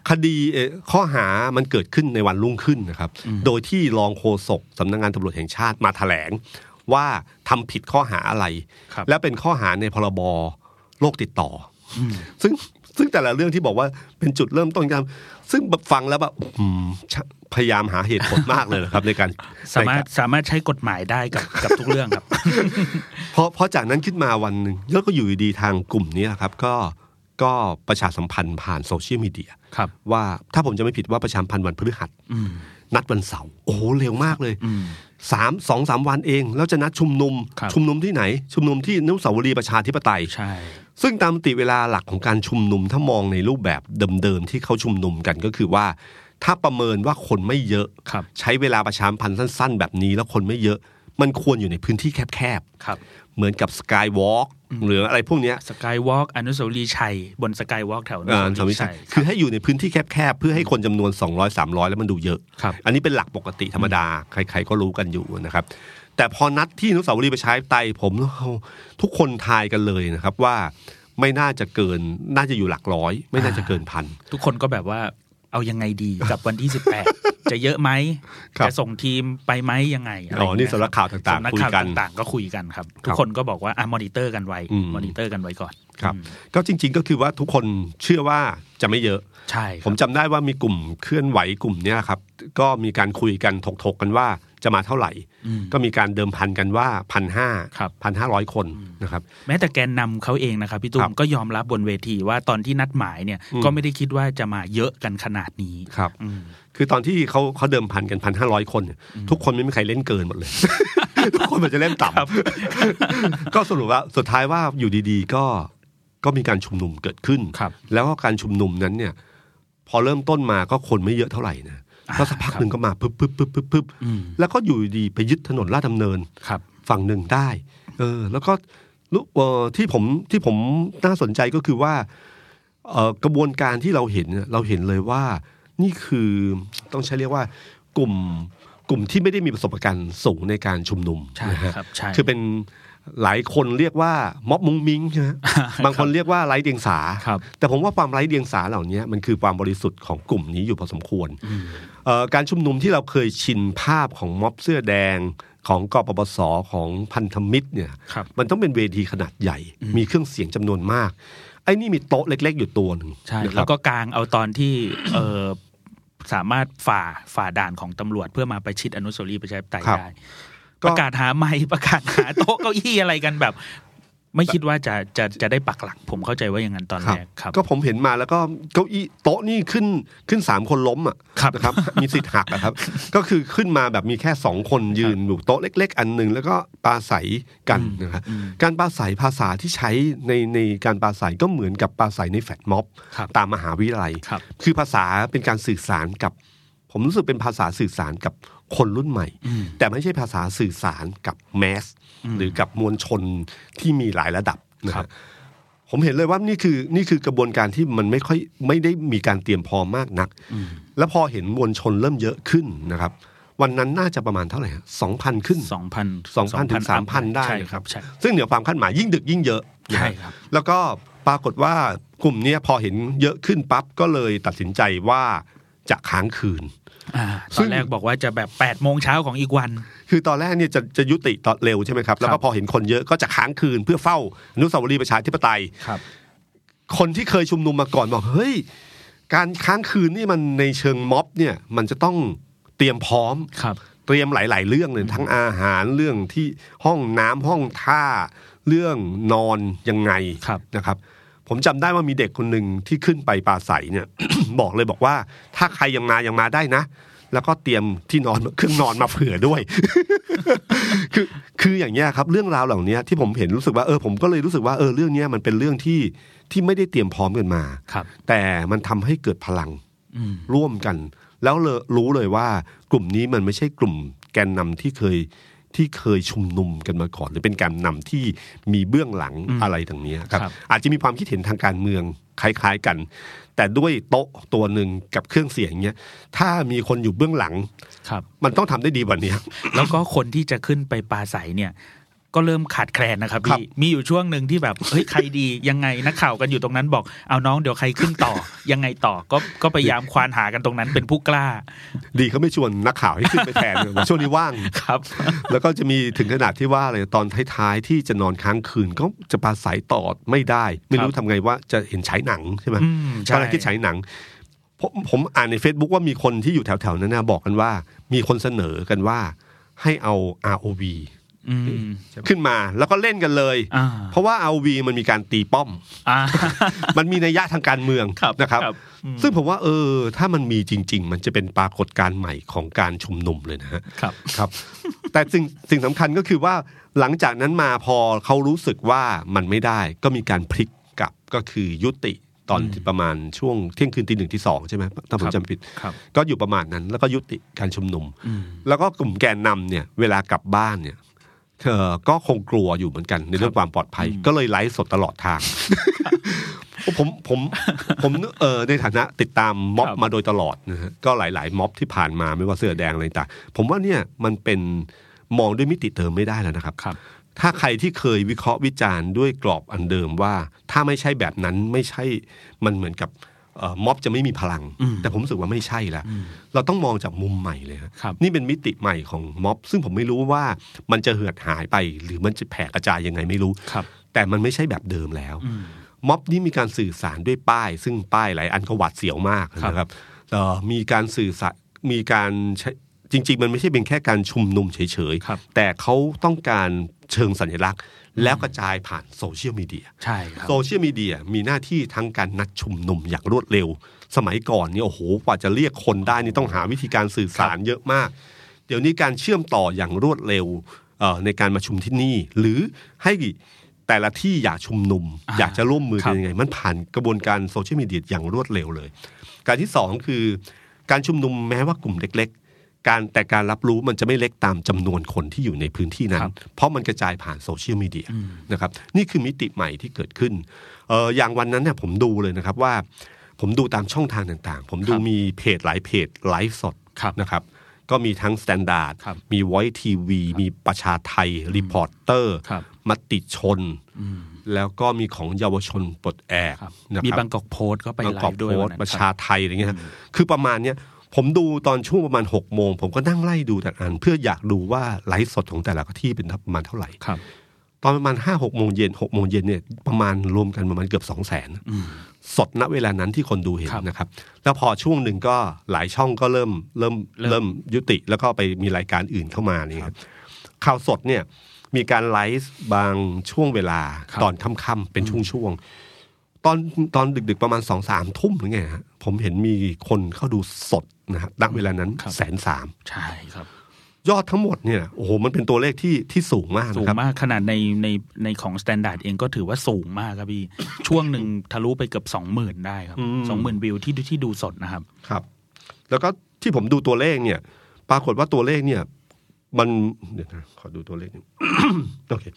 คดีข้อหามันเกิดขึ้นในวันรุ่งขึ้นนะครับโดยที่รองโฆษกสำนักงานตำรวจแห่งชาติมาแถลงว่าทำผิดข้อหาอะไรและเป็นข้อหาในพรบโรคติดต่อซึ่งแต่ละเรื่องที่บอกว่าเป็นจุดเริ่มต้นกันซึ่งฟังแล้วแบบพยายามหาเหตุผลมากเลยนะครับในการสามารถใช้กฎหมายได้กับทุกเรื่องครับเพราะจากนั้นขึ้นมาวันหนึ่งแล้วก็อยู่ดีทางกลุ่มนี้ครับก็ประชาสัมพันธ์ผ่านโซเชียลมีเดียว่าถ้าผมจะไม่ผิดว่าประชาสัมพันธ์วันพฤหัสนัดวันเสาร์โอ้โหเร็วมากเลย2-3 วันเองแล้วจะนัดชุมนุมที่ไหนชุมนุมที่อนุสาวรีย์ประชาธิปไตยใช่ซึ่งตามปกติเวลาหลักของการชุมนุมถ้ามองในรูปแบบเดิมๆที่เขาชุมนุมกันก็คือว่าถ้าประเมินว่าคนไม่เยอะใช้เวลาประชาสัมพันธ์สั้นๆแบบนี้แล้วคนไม่เยอะมันควรอยู่ในพื้นที่แคบๆเหมือนกับสกายวอล์กหรืออะไรพวกนี้สกายวอล์กอนุสาวรีย์ชัยบนสกายวอล์กแถวอนุสาวรีย์ชัยคือให้อยู่ในพื้นที่แคบๆเพื่อให้คนจำนวน200-300แล้วมันดูเยอะอันนี้เป็นหลักปกติธรรมดาใครๆก็รู้กันอยู่นะครับแต่พอนัดที่อนุสาวรีย์ประชาธิปไตยผมทุกคนทายกันเลยนะครับว่าไม่น่าจะเกินน่าจะอยู่หลักร้อยไม่น่าจะเกินพันทุกคนก็แบบว่าเอายังไงดีกับวันที่18จะเยอะไหมจะส่งทีมไปไหมยังไงนี่สำนักข่าวต่างๆคุยกันต่างๆก็คุยกันครับทุกคนก็บอกว่ามอนิเตอร์กันไว้มอนิเตอร์กันไว้ก่อนครับก็จริงๆก็คือว่าทุกคนเชื่อว่าจะไม่เยอะใช่ผมจำได้ว่ามีกลุ่มเคลื่อนไหวกลุ่มนี้ครับก็มีการคุยกันถกกันว่าจะมาเท่าไหร่ก็มีการเดิมพันกันว่า 1,500 คนนะครับแม้แต่แกนนำเขาเองนะครับพี่ตุ้มก็ยอมรับบนเวทีว่าตอนที่นัดหมายเนี่ยก็ไม่ได้คิดว่าจะมาเยอะกันขนาดนี้ครับคือตอนที่เขาเดิมพันกัน 1,500 คนทุกคนไม่มีใครเล่นเกินหมดเลย ทุกคนมันจะเล่นต่ำก็สรุปว่าสุดท้ายว่าอยู่ดีๆก็มีการชุมนุมเกิดขึ้นแล้วก็การชุมนุมนั้นเนี่ยพอเริ่มต้นมาก็คนไม่เยอะเท่าไหร่นะก็สักพักหนึ่งก็มาปึ๊บแล้วก็อยู่ดีไปยึดถนนลาดดำเนินฝั่งหนึ่งได้แล้วก็ที่ผมน่าสนใจก็คือว่ากระบวนการที่เราเห็นเลยว่านี่คือต้องใช้เรียกว่ากลุ่มที่ไม่ได้มีประสบการณ์สูงในการชุมนุมนะฮะคือเป็นหลายคนเรียกว่าม็อบมุงมิงใช่ไหมบางคนเรียกว่าไร้เดียงสาแต่ผมว่าความไร้เดียงสาเหล่านี้มันคือความบริสุทธิ์ของกลุ่มนี้อยู่พอสมควรการชุมนุมที่เราเคยชินภาพของม็อบเสื้อแดงของกปปสของพันธมิตรเนี่ยมันต้องเป็นเวทีขนาดใหญ่มีเครื่องเสียงจำนวนมากไอ้นี่มีโต๊ะเล็กๆอยู่ตัวหนึ่งใช่แล้วก็กางเอาตอนที่สามารถฝ่าด่านของตำรวจเพื่อมาประชิดอนุสาวรีย์ประชาธิปไตยได้ประกาศหาไม้ประกาศหาโต๊ะเก้าอี้อะไรกันแบบไม่คิดว่าจะได้ปักหลักผมเข้าใจว่าอย่างนั้นตอนแรกครับก็ผมเห็นมาแล้วก็เก้าอี้โต๊ะนี่ขึ้น3คนล้มนะครับมีสิทธิ์หักนะครับก็คือขึ้นมาแบบมีแค่2คนยืนอยู่โต๊ะเล็กๆอันนึงแล้วก็ปราศัยกันนะครับการปราศัยภาษาที่ใช้ในการปราศัยก็เหมือนกับปราศัยในแฟลชม็อบตามมหาวิทยาลัยคือภาษาเป็นการสื่อสารกับผมรู้สึกเป็นภาษาสื่อสารกับคนรุ่นใหม่แต่ไม่ใช่ภาษาสื่อสารกับแมสหรือกับมวลชนที่มีหลายระดับนะครับผมเห็นเลยว่านี่คือกระบวนการที่มันไม่ได้มีการเตรียมพร้อมมากนักแล้วพอเห็นมวลชนเริ่มเยอะขึ้นนะครับวันนั้นน่าจะประมาณเท่าไหร่ 2,000 ขึ้น 2,000 ถึง 3,000 ได้ครับซึ่งเหนือความคาดหมายยิ่งดึกยิ่งเยอะใช่ครับแล้วก็ปรากฏว่ากลุ่มนี้พอเห็นเยอะขึ้นปั๊บก็เลยตัดสินใจว่าจะค้างคืนตอนแรกบอกว่าจะแบบ8 โมงเช้าของอีกวันคือตอนแรกเนี่ยจะยุติตอนเร็วใช่ไหมครับแล้วก็พอเห็นคนเยอะก็จะค้างคืนเพื่อเฝ้าอนุสาวรีย์ประชาธิปไตยคนที่เคยชุมนุมมาก่อนบอกเฮ้ยการค้างคืนนี่มันในเชิงม็อบเนี่ยมันจะต้องเตรียมพร้อมเตรียมหลายๆเรื่องเลยทั้งอาหารเรื่องที่ห้องน้ำห้องท่าเรื่องนอนยังไงนะครับผมจำได้ว่ามีเด็กคนหนึ่งที่ขึ้นไปปราศัยเนี่ย บอกว่าถ้าใครยังมาได้นะแล้วก็เตรียมที่นอนเครื่องนอนมาเผื่อด้วย คืออย่างเงี้ยครับเรื่องราวเหล่านี้ที่ผมเห็นรู้สึกว่าผมก็เลยรู้สึกว่าเรื่องนี้มันเป็นเรื่องที่ไม่ได้เตรียมพร้อมกันมาแต่มันทำให้เกิดพลังร่วมกันแล้วรู้เลยว่ากลุ่มนี้มันไม่ใช่กลุ่มแกนนำที่เคยชุมนุมกันมาก่อนหรือเป็นการนำที่มีเบื้องหลังอะไรต่างนี้ครับอาจจะมีความคิดเห็นทางการเมืองคล้ายๆกันแต่ด้วยโต๊ะตัวหนึ่งกับเครื่องเสียงเงี้ยถ้ามีคนอยู่เบื้องหลังมันต้องทำได้ดีกว่านี้แล้วก็คนที่จะขึ้นไปปราศัยเนี่ยก็เริ่มขาดแคลนนะครับพี่มีอยู่ช่วงนึงที่แบบเฮ้ยใครดียังไงนักข่าวกันอยู่ตรงนั้นบอกเอาน้องเดี๋ยวใครขึ้นต่อยังไงต่อก็พยายามควานหากันตรงนั้นเป็นผู้กล้าดีเขาไม่ชวนนักข่าวให้ขึ้นไปแทนช่วงนี้ว่างครับแล้วก็จะมีถึงขนาดที่ว่าอะไรตอนท้ายๆที่จะนอนค้างคืนก็จะปราศัยต่อไม่ได้ไม่รู้ทำไงว่าจะเห็นฉายหนังใช่ไหมตอนแรกที่ฉายหนังผมอ่านใน Facebook ว่ามีคนที่อยู่แถวๆนั้นนะบอกกันว่ามีคนเสนอกันว่าให้เอา ROV ขึ้นมาแล้วก็เล่นกันเลยเพราะว่า ROV มันมีการตีป้อมมันมีนัยยะทางการเมืองนะครับซึ่งผมว่าถ้ามันมีจริงๆมันจะเป็นปรากฏการณ์ใหม่ของการชุมนุมเลยนะฮะครับแต่สิ่งสำคัญก็คือว่าหลังจากนั้นมาพอเขารู้สึกว่ามันไม่ได้ก็มีการพลิกกลับก็คือยุติตอนประมาณช่วงเที่ยงคืนตี 1 ตี 2ใช่ไหมถ้าผมจำผิดก็อยู่ประมาณนั้นแล้วก็ยุติการชุมนุมแล้วก็กลุ่มแกนนำเนี่ยเวลากลับบ้านเนี่ยก็คงกลัวอยู่เหมือนกันในเรื่องความปลอดภัยก็เลยไลฟ์สดตลอดทางผมในฐานะติดตามม็อบมาโดยตลอดนะฮะก็หลายๆม็อบที่ผ่านมาไม่ว่าเสื้อแดงอะไรต่างผมว่าเนี่ยมันเป็นมองด้วยมิติเดิมไม่ได้แล้วนะครับถ้าใครที่เคยวิเคราะห์วิจารณ์ด้วยกรอบอันเดิมว่าถ้าไม่ใช่แบบนั้นไม่ใช่มันเหมือนกับม็อบจะไม่มีพลังแต่ผมรู้สึกว่าไม่ใช่แล้วเราต้องมองจากมุมใหม่เลยครับนี่เป็นมิติใหม่ของม็อบซึ่งผมไม่รู้ว่ามันจะเหือดหายไปหรือมันจะแผ่กระจายยังไงไม่รู้แต่มันไม่ใช่แบบเดิมแล้วม็อบนี้มีการสื่อสารด้วยป้ายซึ่งป้ายหลายอันก็หวาดเสียวมากนะครับมีการสื่อสารมีการจริงๆมันไม่ใช่เป็นแค่การชุมนุมเฉยๆแต่เขาต้องการเชิงสัญลักษณ์แล้วกระจายผ่านโซเชียลมีเดียใช่ครับโซเชียลมีเดียมีหน้าที่ทั้งการนัดชุมนุมอย่างรวดเร็วสมัยก่อนเนี่ยโอ้โหกว่าจะเรียกคนได้นี่ต้องหาวิธีการสื่อสารเยอะมากเดี๋ยวนี้การเชื่อมต่ออย่างรวดเร็วในการมาชุมที่นี่หรือให้แต่ละที่อยากชุมนุมอยากจะร่วมมือกันยังไงมันผ่านกระบวนการโซเชียลมีเดียอย่างรวดเร็วเลยการที่2คือการชุมนุมแม้ว่ากลุ่มเล็กแต่การรับรู้มันจะไม่เล็กตามจำนวนคนที่อยู่ในพื้นที่นั้นเพราะมันกระจายผ่านโซเชียลมีเดียนะครับนี่คือมิติใหม่ที่เกิดขึ้นอย่างวันนั้นเนี่ยผมดูเลยนะครับว่าผมดูตามช่องทางต่างๆผมดูมีเพจหลายเพจไลฟ์สดนะครับก็มีทั้ง Standard มี Voice TV มีประชาไทย Reporter มติชนแล้วก็มีของเยาวชนปลดแอกมีบางกอกโพสต์ก็ไปไลฟ์ด้วยประชาไทยอะไรเงี้ยคือประมาณเนี้ยผมดูตอนช่วงประมาณ 6 โมงผมก็นั่งไล่ดูแต่อันเพื่ออยากดูว่าไลฟ์สดของแต่ละที่เป็นประมาณเท่าไหร่ตอนประมาณ 5-6 โมงเย็น6 โมงเย็นเนี่ยประมาณรวมกันประมาณเกือบ 200,000 สดณเวลานั้นที่คนดูเห็นนะครับแล้วพอช่วงหนึ่งก็หลายช่องก็เริ่มยุติแล้วก็ไปมีรายการอื่นเข้ามานี่ครับข่าวสดเนี่ยมีการไลฟ์บางช่วงเวลาตอนค่ำๆเป็นช่วงตอนดึกๆประมาณ 2-3 ทุ่มหรือไงฮะผมเห็นมีคนเข้าดูสดนะครับณเวลานั้น 130,000 ใช่ครับยอดทั้งหมดเนี่ยโอ้โหมันเป็นตัวเลขที่สูงมากนะครับสูงมากขนาดในของ Standard เองก็ถือว่าสูงมากครับพี่ ช่วงหนึ่งทะลุไปเกือบ 20,000 ได้ครับ 20,000 วิวที่ดูสดนะครับครับแล้วก็ที่ผมดูตัวเลขเนี่ยปรากฏว่าตัวเลขเนี่ยมันเดี๋ยวนะขอดูตัวเลข โอเค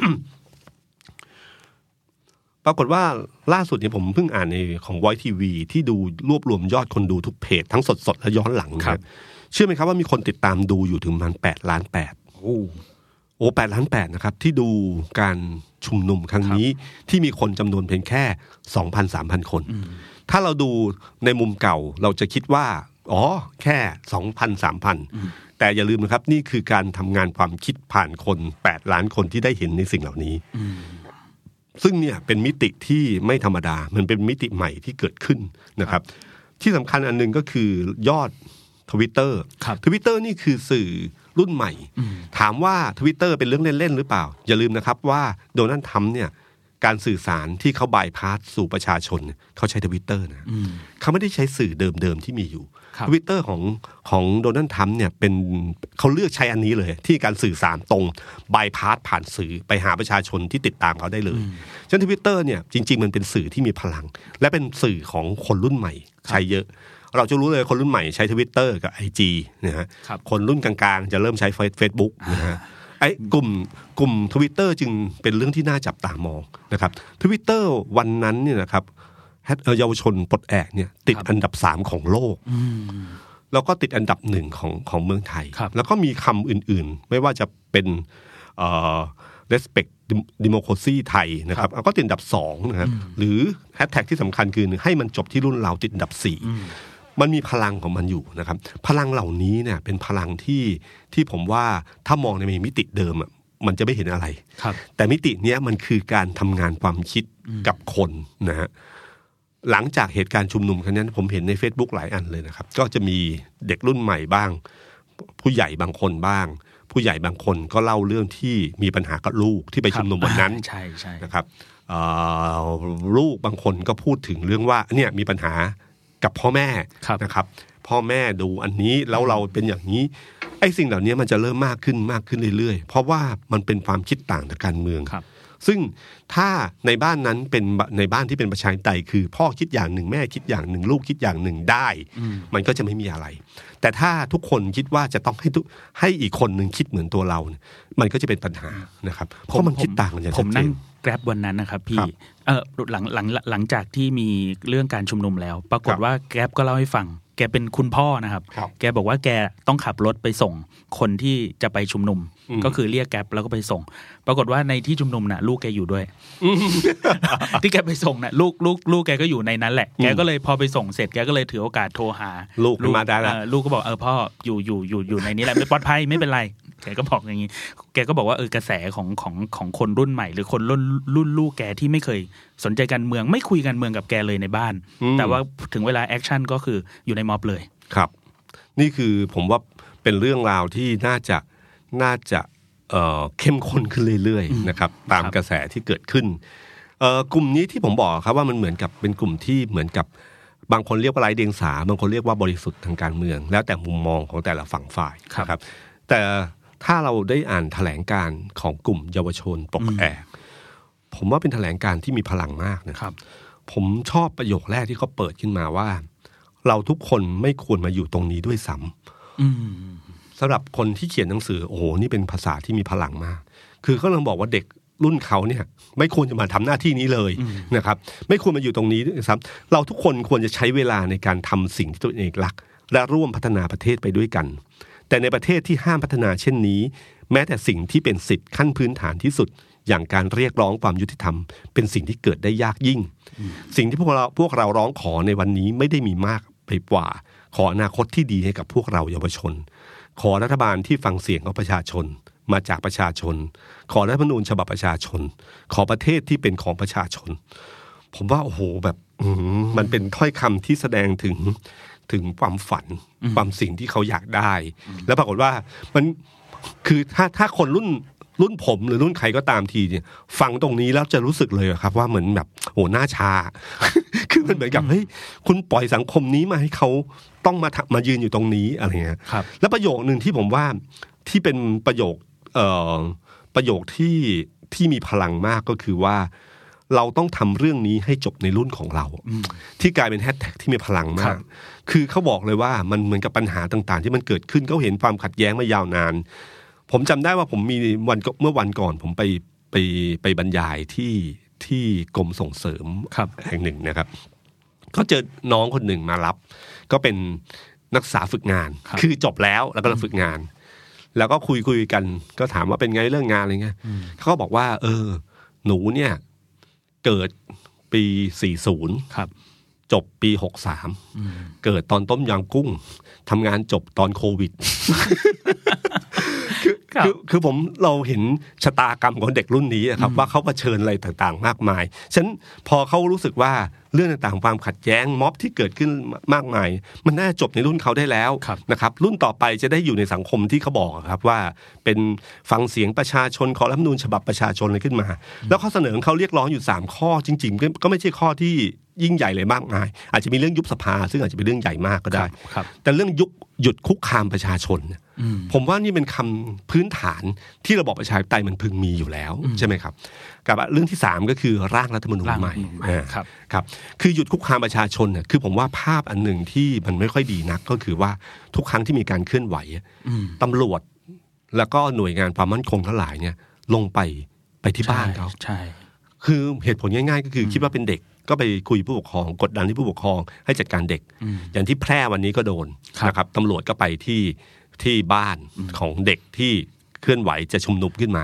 ปรากฏว่าล่าสุดเนี่ยผมเพิ่งอ่านในของ Voice TV ที่ดูรวบรวมยอดคนดูทุกเพจทั้งสดๆและย้อนหลังนะครับเชื่อไหมครับว่ามีคนติดตามดูอยู่ถึงประมาณ8.8 ล้านโอ้8.8 ล้านนะครับที่ดูการชุมนุมครั้งนี้ที่มีคนจำนวนเพียงแค่ 2,000-3,000 คนถ้าเราดูในมุมเก่าเราจะคิดว่าแค่ 2,000-3,000 แต่อย่าลืมนะครับนี่คือการทำงานความคิดผ่านคน8 ล้านคนที่ได้เห็นในสิ่งเหล่านี้ซึ่งเนี่ยเป็นมิติที่ไม่ธรรมดามันเป็นมิติใหม่ที่เกิดขึ้นนะครับที่สำคัญอันนึงก็คือยอดTwitter นี่คือสื่อรุ่นใหม่ถามว่า Twitter เป็นเรื่องเล่นๆหรือเปล่าอย่าลืมนะครับว่าโดนัลด์ทรัมป์เนี่ยการสื่อสารที่เขาบายพาสสู่ประชาชนเขาใช้ Twitter นะเขาไม่ได้ใช้สื่อเดิมๆที่มีอยู่ Twitter ของโดนัลด์ทรัมป์เนี่ยเป็นเขาเลือกใช้อันนี้เลยที่การสื่อสารตรงบายพาสผ่านสื่อไปหาประชาชนที่ติดตามเขาได้เลยฉะนั้น Twitter เนี่ยจริงๆมันเป็นสื่อที่มีพลังและเป็นสื่อของคนรุ่นใหม่ใช้เยอะเราจะรู้เลยคนรุ่นใหม่ใช้ Twitter กับ IG นะฮะคนรุ่นกลางๆจะเริ่มใช้ Facebook นะฮะไอ้กลุ่ม Twitter จึงเป็นเรื่องที่น่าจับตามองนะครับ Twitter วันนั้นเนี่ยนะครับเยาวชนปลดแอกเนี่ยติดอันดับ3ของโลกแล้วก็ติดอันดับ1ของเมืองไทยแล้วก็มีคำอื่นๆไม่ว่าจะเป็น respect democracy ไทยนะครับก็ติดอันดับ2นะครับหรือแฮชแท็กที่สำคัญคือให้มันจบที่รุ่นเราติดอันดับ4มันมีพลังของมันอยู่นะครับพลังเหล่านี้เนี่ยเป็นพลังที่ผมว่าถ้ามองในมิติเดิมมันจะไม่เห็นอะไรแต่มิติเนี้ยมันคือการทำงานความคิดกับคนนะฮะหลังจากเหตุการณ์ชุมนุมครั้งนั้นผมเห็นใน Facebook หลายอันเลยนะครับก็จะมีเด็กรุ่นใหม่บ้างผู้ใหญ่บางคนบ้างผู้ใหญ่บางคนก็เล่าเรื่องที่มีปัญหากับลูกที่ไปชุมนุมวันนั้นนะครับลูกบางคนก็พูดถึงเรื่องว่าเนี่ยมีปัญหากับพ่อแม่นะครับพ่อแม่ดูอันนี้แล้วเราเป็นอย่างนี้ไอ้สิ่งเหล่านี้มันจะเริ่มมากขึ้นเรื่อยๆเพราะว่ามันเป็นความคิดต่างทางการเมืองซึ่งถ้าในบ้านนั้นเป็นในบ้านที่เป็นประชาธิปไตยคือพ่อคิดอย่างหนึ่งแม่คิดอย่างหนึ่งลูกคิดอย่างหนึ่งได้มันก็จะไม่มีอะไรแต่ถ้าทุกคนคิดว่าจะต้องให้อีกคนหนึ่งคิดเหมือนตัวเรามันก็จะเป็นปัญหานะครับเพราะมันคิดต่างกันอย่างชัดเจนผมนั่งแกร็บวันนั้นนะครับพี่หลังจากที่มีเรื่องการชุมนุมแล้วปรากฏว่าแกร็บก็เล่าให้ฟังแกเป็นคุณพ่อนะครับแกบอกว่าแกต้องขับรถไปส่งคนที่จะไปชุมนุมก็คือเรียกแกร็บแล้วก็ไปส่งปรากฏว่าในที่ชุมนุมน่ะลูกแกอยู่ด้วยที่แกไปส่งน่ะลูกแกก็อยู่ในนั้นแหละแกก็เลยพอไปส่งเสร็จแกก็เลยถือโอกาสโทรหาลูกมาได้แล้วลูกก็บอกพ่ออยู่ในนี้แหละไม่ปลอดภัยไม่เป็นไรแกก็บอกอย่างนี้แกก็บอกว่ากระแสของคนรุ่นใหม่หรือคนรุ่นลูกแกที่ไม่เคยสนใจการเมืองไม่คุยการเมืองกับแกเลยในบ้านแต่ว่าถึงเวลาแอคชั่นก็คืออยู่ในม็อบเลยครับนี่คือผมว่าเป็นเรื่องราวที่น่าจะเข้มข้นขึ้นเรื่อยๆนะครับตามกระแสที่เกิดขึ้นกลุ่มนี้ที่ผมบอกครับว่ามันเหมือนกับเป็นกลุ่มที่เหมือนกับบางคนเรียกว่าไร้เดียงสาบางคนเรียกว่าบริสุทธิ์ทางการเมืองแล้วแต่มุมมองของแต่ละฝั่งฝ่ายครับแต่ถ้าเราได้อ่านแถลงการของกลุ่มเยาวชนปลดแอกผมว่าเป็นแถลงการที่มีพลังมากนะครับผมชอบประโยคแรกที่เขาเปิดขึ้นมาว่าเราทุกคนไม่ควรมาอยู่ตรงนี้ด้วยซ้ำสำหรับคนที่เขียนหนังสือโอ้โหนี่เป็นภาษาที่มีพลังมากคือเขากำลังบอกว่าเด็กรุ่นเขาเนี่ยไม่ควรจะมาทำหน้าที่นี้เลยนะครับไม่ควรมาอยู่ตรงนี้ด้วยซ้ำเราทุกคนควรจะใช้เวลาในการทำสิ่งที่ตัวเองรักและร่วมพัฒนาประเทศไปด้วยกันแต่ในประเทศที่ห้ามพัฒนาเช่นนี้แม้แต่สิ่งที่เป็นสิทธิขั้นพื้นฐานที่สุดอย่างการเรียกร้องความยุติธรรมเป็นสิ่งที่เกิดได้ยากยิ่งสิ่งที่พวกเราร้องขอในวันนี้ไม่ได้มีมากไปกว่าขออนาคตที่ดีให้กับพวกเราเยาวชนขอรัฐบาลที่ฟังเสียงของประชาชนมาจากประชาชนขอรัฐธรรมนูญฉบับประชาชนขอประเทศที่เป็นของประชาชนผมว่าโอ้โหแบบมันเป็นถ้อยคำที่แสดงถึงความฝันความสิ่งที่เขาอยากได้แล้วปรากฏว่ามันคือถ้าคนรุ่นผมหรือรุ่นใครก็ตามทีเนี่ยฟังตรงนี้แล้วจะรู้สึกเลยครับว่าเหมือนแบบโหหน้าชา คือมันเหมือนกับเฮ้ยคุณปล่อยสังคมนี้มาให้เขาต้องมายืนอยู่ตรงนี้อะไรเงี้ยแล้วประโยคนึงที่ผมว่าที่เป็นประโยคที่มีพลังมากก็คือว่าเราต้องทำเรื่องนี้ให้จบในรุ่นของเราที่กลายเป็นแฮชแท็กที่มีพลังมากคือเขาบอกเลยว่ามันเหมือนกับปัญหาต่างๆที่มันเกิดขึ้นเขาเห็นความขัดแย้งมายาวนานผมจำได้ว่าผมมีเมื่อวันก่อนผมไปบรรยายที่กรมส่งเสริมแห่งหนึ่งนะครับก็เจอน้องคนหนึ่งมารับก็เป็นนักศึกษาฝึกงานคือจบแล้วก็ฝึกงานแล้วก็คุยกันก็ถามว่าเป็นไงเรื่องงานอะไรเงี้ยเขาก็บอกว่าหนูเนี่ยเกิดปี40ครับจบปี63เกิดตอนต้มยำกุ้งทำงานจบตอนโควิด คือเราเห็นชะตากรรมของเด็กรุ่นนี้ครับว่าเขาเผชิญอะไรต่างๆมากมายฉะนั้นพอเขารู้สึกว่าเรื่องต่างๆความขัดแย้งม็อบที่เกิดขึ้นมากมายมันน่าจะจบในรุ่นเขาได้แล้วนะครับรุ่นต่อไปจะได้อยู่ในสังคมที่เขาบอกครับว่าเป็นฟังเสียงประชาชนขอรัฐธรรมนูญฉบับประชาชนอะไรขึ้นมาแล้วข้อเสนอของเขาเรียกร้องอยู่3ข้อจริงๆก็ไม่ใช่ข้อที่ยิ่งใหญ่เลยมากมายอาจจะมีเรื่องยุบสภาซึ่งอาจจะเป็นเรื่องใหญ่มากก็ได้แต่เรื่องหยุดคุกคามประชาชนผมว่านี่เป็นคำพื้นฐานที่ระบอบประชาธิปไตยมันพึงมีอยู่แล้วใช่ไหมครับกับเรื่องที่3ก็คือร่างรัฐธรรมนูญใหม่ครับคือหยุดคุกคามประชาชนเนี่ยคือผมว่าภาพอันหนึ่งที่มันไม่ค่อยดีนักก็คือว่าทุกครั้งที่มีการเคลื่อนไหวตำรวจแล้วก็หน่วยงานความมั่นคงทั้งหลายเนี่ยลงไปที่บ้านเขาใช่คือเหตุผลง่ายๆก็คือคิดว่าเป็นเด็กก็ไปคุยผู้ปกครองกดดันที่ผู้ปกครองให้จัดการเด็กอย่างที่แพร่วันนี้ก็โดนนะครับตำรวจก็ไปที่บ้านของเด็กที่เคลื่อนไหวจะชุมนุมขึ้นมา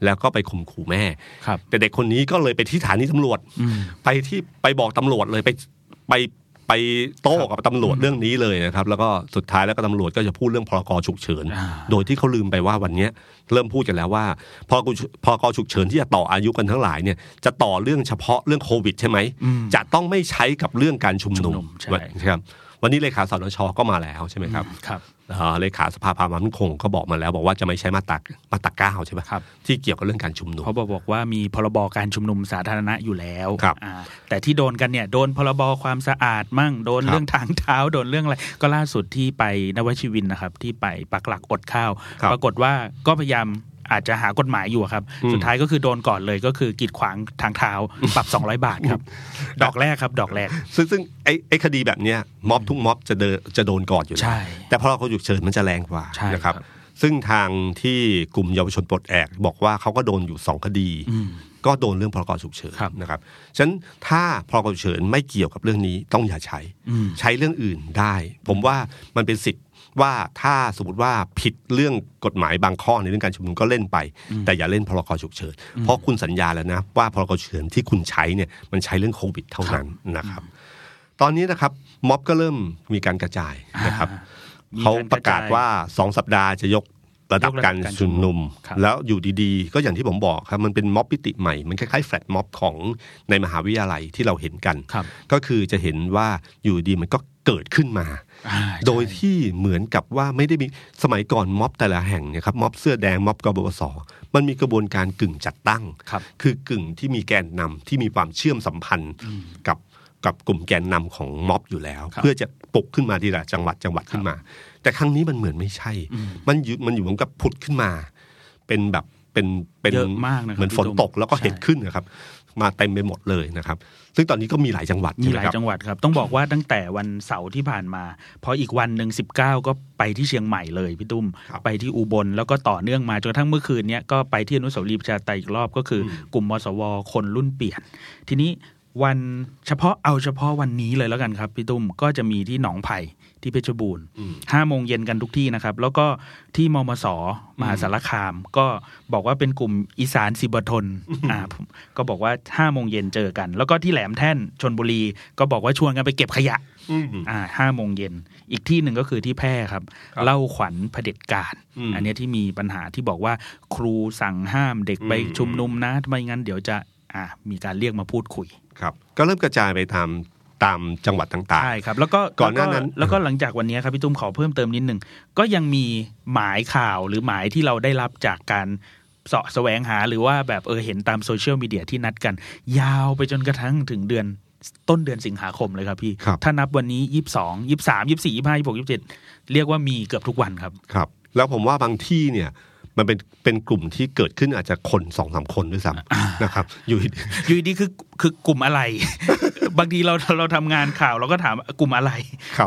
แล้วก็ไปข่มขู่แม่แต่เด็กคนนี้ก็เลยไปที่สถานีตำรวจไปบอกตำรวจเลยไปโต้กับตำรวจเรื่องนี้เลยนะครับแล้วก็สุดท้ายแล้วก็ตำรวจก็จะพูดเรื่องพรกฉุกเฉินโดยที่เขาลืมไปว่าวันนี้เริ่มพูดกันแล้วว่าพรกฉุกเฉินที่จะต่ออายุกันทั้งหลายเนี่ยจะต่อเรื่องเฉพาะเรื่องโควิดใช่ไหมจะต้องไม่ใช้กับเรื่องการชุมนุมครับวันนี้เลขาสนช.ก็มาแล้วใช่ไหมครับเลขาสภาความมั่นคงก็บอกมาแล้วบอกว่าจะไม่ใช้มาตรา9ใช่ไหมที่เกี่ยวกับเรื่องการชุมนุมเขาบอกว่ามีพรบการชุมนุมสาธารณะอยู่แล้วแต่ที่โดนกันเนี่ยโดนพรบความสะอาดมั่งโดนเรื่องทางเท้าโดนเรื่องอะไรก็ล่าสุดที่ไปนวชิวินนะครับที่ไปปักหลักอดข้าวปรากฏว่าก็พยายามอาจจะหากฎหมายอยู่ครับสุดท้ายก็คือโดนก่อนเลยก็คือกีดขวางทางเท้าปรับ200 บาทครับดอกแรกครับดอกแรกซึ่งไอ้คดีแบบเนี้ยม็อบทุกม็อบจะโดนก่อนอยู่แล้วแต่พอเราฉุกเฉินมันจะแรงกว่านะครับซึ่งทางที่กลุ่มเยาวชนปลดแอกบอกว่าเขาก็โดนอยู่2คดีก็โดนเรื่องพรกฉุกเฉินนะครับฉะนั้นถ้าพรกฉุกเฉินไม่เกี่ยวกับเรื่องนี้ต้องอย่าใช้เรื่องอื่นได้ผมว่ามันเป็นสิทธิ์ว่าถ้าสมมติว่าผิดเรื่องกฎหมายบางข้อในเรื่องการชุมนุมก็เล่นไปแต่อย่าเล่นพรกฉุกเฉินเพราะคุณสัญญาแล้วนะว่าพรกฉุกเฉินที่คุณใช้เนี่ยมันใช้เรื่องโควิดเท่านั้นนะครับตอนนี้นะครับม็อบก็เริ่มมีการกระจายนะครับเขาประกาศว่า2สัปดาห์จะยกระดับการชุมนุมแล้วอยู่ดีๆก็อย่างที่ผมบอกครับมันเป็นม็อบมิติใหม่มันคล้ายๆแฟลตม็อบของในมหาวิทยาลัยที่เราเห็นกันก็คือจะเห็นว่าอยู่ดีมันก็เกิดขึ้นมาโดยที่เหมือนกับว่าไม่ได้มีสมัยก่อนม็อบแต่ละแห่งเนี่ยครับม็อบเสื้อแดงม็อบกบพศมันมีกระบวนการกึ่งจัดตั้งคือกึ่งที่มีแกนนำที่มีความเชื่อมสัมพันธ์กับกลุ่มแกนนำของม็อบอยู่แล้วเพื่อจะปลุกขึ้นมาทีละจังหวัดขึ้นมาแต่ครั้งนี้มันเหมือนไม่ใช่มันอยู่เหมือนกับผุดขึ้นมาเป็นแบบเป็นเยอะมากนะเหมือนฝนตกแล้วก็เห็ดขึ้นนะครับมาเต็มไปหมดเลยนะครับซึ่งตอนนี้ก็มีหลายจังหวัดมีหลายจังหวัดครับต้องบอกว่าตั้งแต่วันเสาร์ที่ผ่านมาพออีกวันนึง19ก็ไปที่เชียงใหม่เลยพี่ตุ้มไปที่อุบลแล้วก็ต่อเนื่องมาจนกระทั่งเมื่อคืนนี้ก็ไปที่อนุสาวรีย์ประชาธิปไตยอีกรอบก็คือกลุ่มมสวคนรุ่นเปลี่ยนทีนี้วันเฉพาะวันนี้เลยแล้วกันครับพี่ตุ้มก็จะมีที่หนองไผ่ที่เพชรบูรณ์5 โมงเย็นกันทุกที่นะครับแล้วก็ที่มมส.มหาสารคามก็บอกว่าเป็นกลุ่มอีสานสิบทนก็บอกว่า5 โมงเย็นเจอกันแล้วก็ที่แหลมแท่นชลบุรีก็บอกว่าชวนกันไปเก็บขยะ5 โมงเย็นอีกที่หนึ่งก็คือที่แพร่ครับเล่าขวัญเผด็จการอันนี้ที่มีปัญหาที่บอกว่าครูสั่งห้ามเด็กไปชุมนุมนะทำไมงั้นเดี๋ยวจะมีการเรียกมาพูดคุยครับก็เริ่มกระจายไปตามจังหวัดต่างๆใช่ครับแล้วก็ก่อนหน้านั้นแล้วก็หลังจากวันนี้ครับพี่ตุ้มขอเพิ่มเติมนิดนึงก็ยังมีหมายข่าวหรือหมายที่เราได้รับจากการเสาะแสวงหาหรือว่าแบบเห็นตามโซเชียลมีเดียที่นัดกันยาวไปจนกระทั่งถึงต้นเดือนสิงหาคมเลยครับพี่ถ้านับวันนี้22 23 24 25 26 27เรียกว่ามีเกือบทุกวันครับครับแล้วผมว่าบางที่เนี่ยมันเป็นกลุ่มที่เกิดขึ้นอาจจะคน 2-3 คนด้วยซ้ำนะครับอยู่ดีคือกลุ่มอะไร บางทีเราทำงานข่าวเราก็ถามกลุ่มอะไร